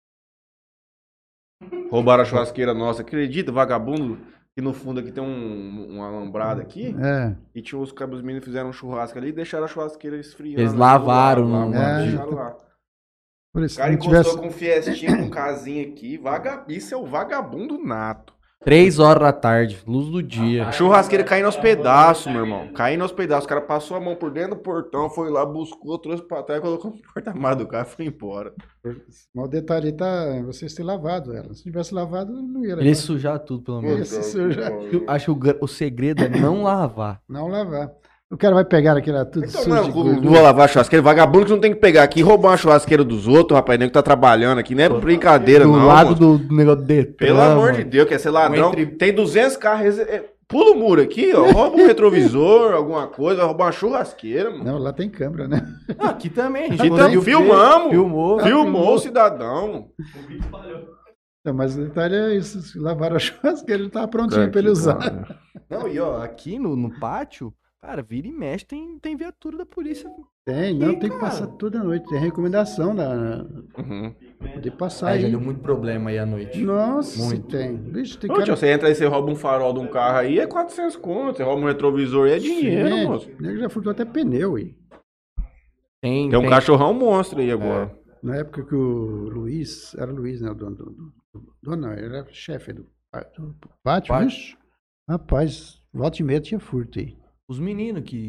Roubaram a churrasqueira nossa. Acredita, vagabundo? Que no fundo aqui tem um, um alambrado aqui. é. E tinha os cabos meninos fizeram um churrasco ali e deixaram a churrasqueira esfriando. Eles lavaram Lá, no- lá, É. deixaram lá. Por O isso, cara se não encostou tivesse... com fiestinha, com casinha aqui. Vaga... Isso é o vagabundo nato. Três horas da tarde, luz do dia. A churrasqueira caindo aos pedaços, meu irmão. Caindo aos pedaços. O cara passou a mão por dentro do portão, foi lá, buscou, trouxe pra trás, colocou no porta-malas do carro e foi embora. Mas o detalhe tá vocês terem lavado ela. Se tivesse lavado, não ia levar. Ele sujar tudo, pelo menos. Esse sujar. Eu acho que o, gra- o segredo é não lavar. Não lavar. O cara vai pegar aquilo lá tudo Então, sujo não, de não gordura. vou lavar a churrasqueira. Vagabundo que não tem que pegar aqui e roubar uma churrasqueira dos outros, rapaz. Nem que tá trabalhando aqui. Não é brincadeira, Do não. lado moço. do negócio do Detran, Pelo amor mano. de Deus, quer ser ladrão. Entre- Tem duzentos carros. é, Pula o muro aqui, ó. Rouba um retrovisor, alguma coisa. Vai roubar uma churrasqueira, mano. Não, lá tem câmera, né? Ah, aqui também. A gente Aqui conseguiu tam- filmamos. ver, Filmou. Filmou o cidadão. Não, mas o detalhe é isso. se Lavaram a churrasqueira, ele tava prontinho pra ele usar. Não, e ó, aqui no, no pátio, cara, vira e mexe, tem, tem viatura da polícia. Tem, não, Ih, tem que cara. passar toda noite. Tem recomendação na, na, Uhum. de passar Ah, já aí. deu muito problema aí à noite. Nossa, se Muito. tem. Bicho, tem Ô, cara... tio, você entra aí, você rouba um farol de um carro aí, é quatrocentos conto. Você rouba um retrovisor aí, é dinheiro, Sim, moço. o nego já furtou até pneu aí. Tem, Tem um cachorrão monstro aí agora. Na época que o Luiz, era Luiz, né, o dono do, do, do dono, não, ele era chefe do, do pátio, Pátio. bicho. Rapaz, volta e meia tinha furto aí. Os meninos que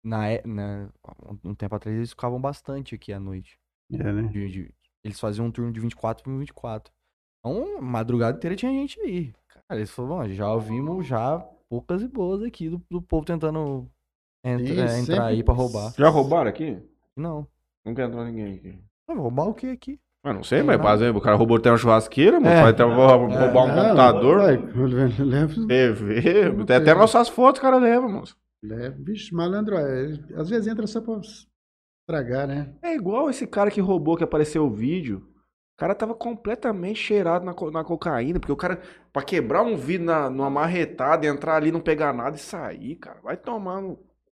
Na, é- na, um tempo atrás eles ficavam bastante aqui à noite. É, né? De- de- eles faziam um turno de vinte e quatro por vinte e quatro. Então, madrugada inteira tinha gente aí. Cara, eles falaram, bom, já ouvimos já poucas e boas aqui do, do povo tentando entra- Sim, é, entrar sempre- aí pra roubar. Já roubaram aqui? Não. Nunca entrou ninguém aqui. Não, roubar o que aqui? Ah, não sei, Tem mas nada. por exemplo, o cara roubou até uma churrasqueira, mano. É. Pode até roubar roubar um Não, computador. vai, leva, T V. Não Até, até tem. nossas fotos o cara leva, moço. leva. Bicho, malandro, é, às vezes entra só pra estragar, né? É igual esse cara que roubou, que apareceu o vídeo. O cara tava completamente cheirado na, co- na cocaína, porque o cara, pra quebrar um vidro na, numa marretada, entrar ali, não pegar nada e sair, cara, vai tomar no...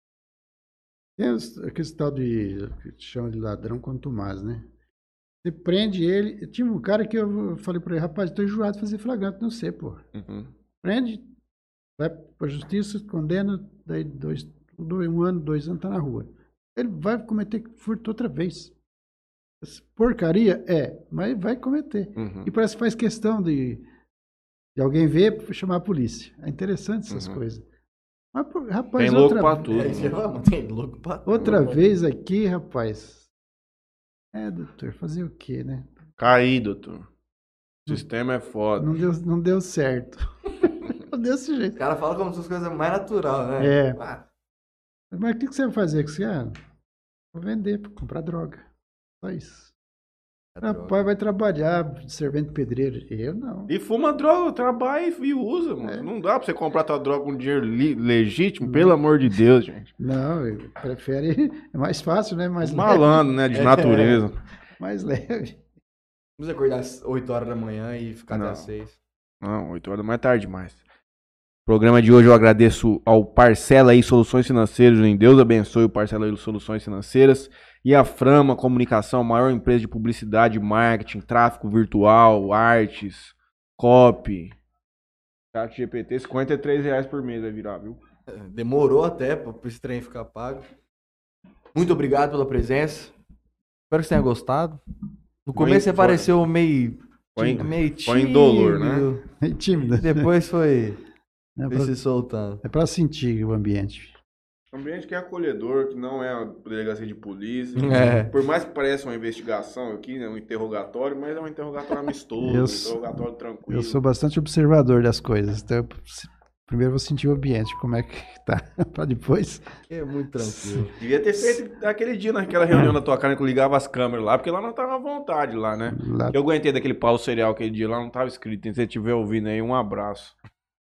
Tem os- aquele tal de, que chama de ladrão quanto mais, né? Você prende ele. Tinha um cara que eu falei pra ele, rapaz, tô enjoado de fazer flagrante, não sei, pô. Uhum. Prende, vai pra justiça, condena, daí dois, dois, um ano, dois anos tá na rua. Ele vai cometer furto outra vez. Essa porcaria é, mas vai cometer. Uhum. E parece que faz questão de, de alguém ver pra chamar a polícia. É interessante essas Uhum. coisas. Mas, pô, rapaz, Tem louco outra, pra tudo. É, você vai, mano, tem louco pra tudo. outra vez aqui, rapaz. É, doutor, fazer o quê, né? Caí, doutor. O sistema é foda. Não deu, não deu certo. Não deu desse O jeito. cara fala como se fosse coisa mais natural, né? É. Ah, Mas o que, que você vai fazer com isso? Ah, vou vender, pra comprar droga. Só isso. é droga. Rapaz, vai trabalhar servente pedreiro. Eu não. E fuma droga, trabalha e e usa, mano. É. Não dá pra você comprar tua droga com dinheiro li- legítimo, pelo amor de Deus, gente. Não, eu prefere. É mais fácil, né? Mais leve. Malandro, né? De É. natureza. Mais leve. Não precisa acordar às oito horas da manhã e ficar Não. até às seis. Não, oito horas mais tarde demais. Programa de hoje eu agradeço ao Parcela aí Soluções Financeiras, em Deus abençoe o Parcela aí Soluções Financeiras e a Frama Comunicação, a maior empresa de publicidade, marketing, tráfego virtual, artes, copy. Chat G P T, cinquenta e três reais por mês vai virar, viu? Demorou até pra esse trem ficar pago. Muito obrigado pela presença. Espero que você tenha gostado. No Foi- começo você foi- pareceu meio, Foi em- meio foi em dolor, né? tímido. É tímido. Depois foi É foi pra, se soltando. é pra sentir o ambiente. Um ambiente que é acolhedor, que não é uma delegacia de polícia. É. Por mais que pareça uma investigação aqui, né, um interrogatório, mas é um interrogatório amistoso, Eu um sou- interrogatório tranquilo. Eu sou bastante observador das coisas. Então, eu se- primeiro eu vou sentir o ambiente, como é que tá. Pra depois. É muito tranquilo. Devia ter feito aquele dia naquela reunião na tua cara que eu ligava as câmeras lá, porque lá não tava à vontade lá, né? Lá, Eu aguentei daquele pau serial aquele dia lá, não tava escrito. Se você estiver ouvindo aí, um abraço.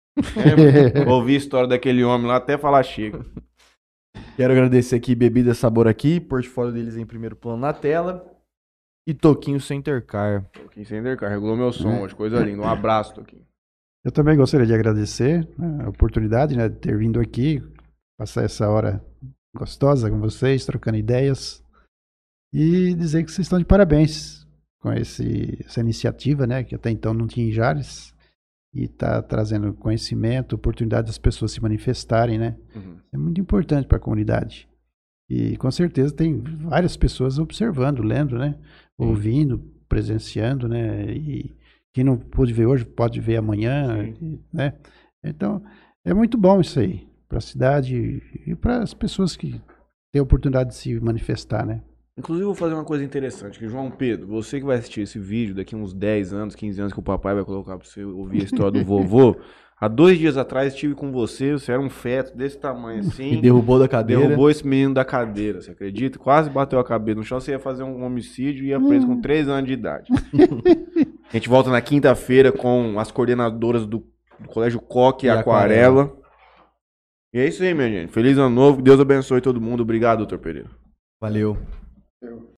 É, ouvi a história daquele homem lá até falar chega. Quero agradecer aqui Bebida Sabor aqui, portfólio deles em primeiro plano na tela. E Toquinho Center Car. Toquinho Sender carregou meu som hoje, coisa linda. Um abraço, Toquinho. Eu também gostaria de agradecer, né, a oportunidade, né, de ter vindo aqui, passar essa hora gostosa com vocês, trocando ideias. E dizer que vocês estão de parabéns com esse, essa iniciativa, né, que até então não tinha em Jales. E está trazendo conhecimento, oportunidade das pessoas se manifestarem, né? Uhum. É muito importante para a comunidade. E com certeza tem várias pessoas observando, lendo, né? Ouvindo, presenciando, né? E quem não pôde ver hoje pode ver amanhã, né? Então, é muito bom isso aí para a cidade e para as pessoas que têm a oportunidade de se manifestar, né? Inclusive, eu vou fazer uma coisa interessante, que João Pedro, você que vai assistir esse vídeo daqui uns dez anos, quinze anos que o papai vai colocar pra você ouvir a história do vovô, há dois dias atrás estive com você, você era um feto desse tamanho assim, Me derrubou da cadeira. derrubou esse menino da cadeira, você acredita? Quase bateu a cabeça no chão, você ia fazer um homicídio e ia preso com três anos de idade. A gente volta na quinta-feira com as coordenadoras do, do Colégio Coque e E Aquarela. E é isso aí, minha gente. Feliz ano novo, que Deus abençoe todo mundo. Obrigado, doutor Pereira. Valeu.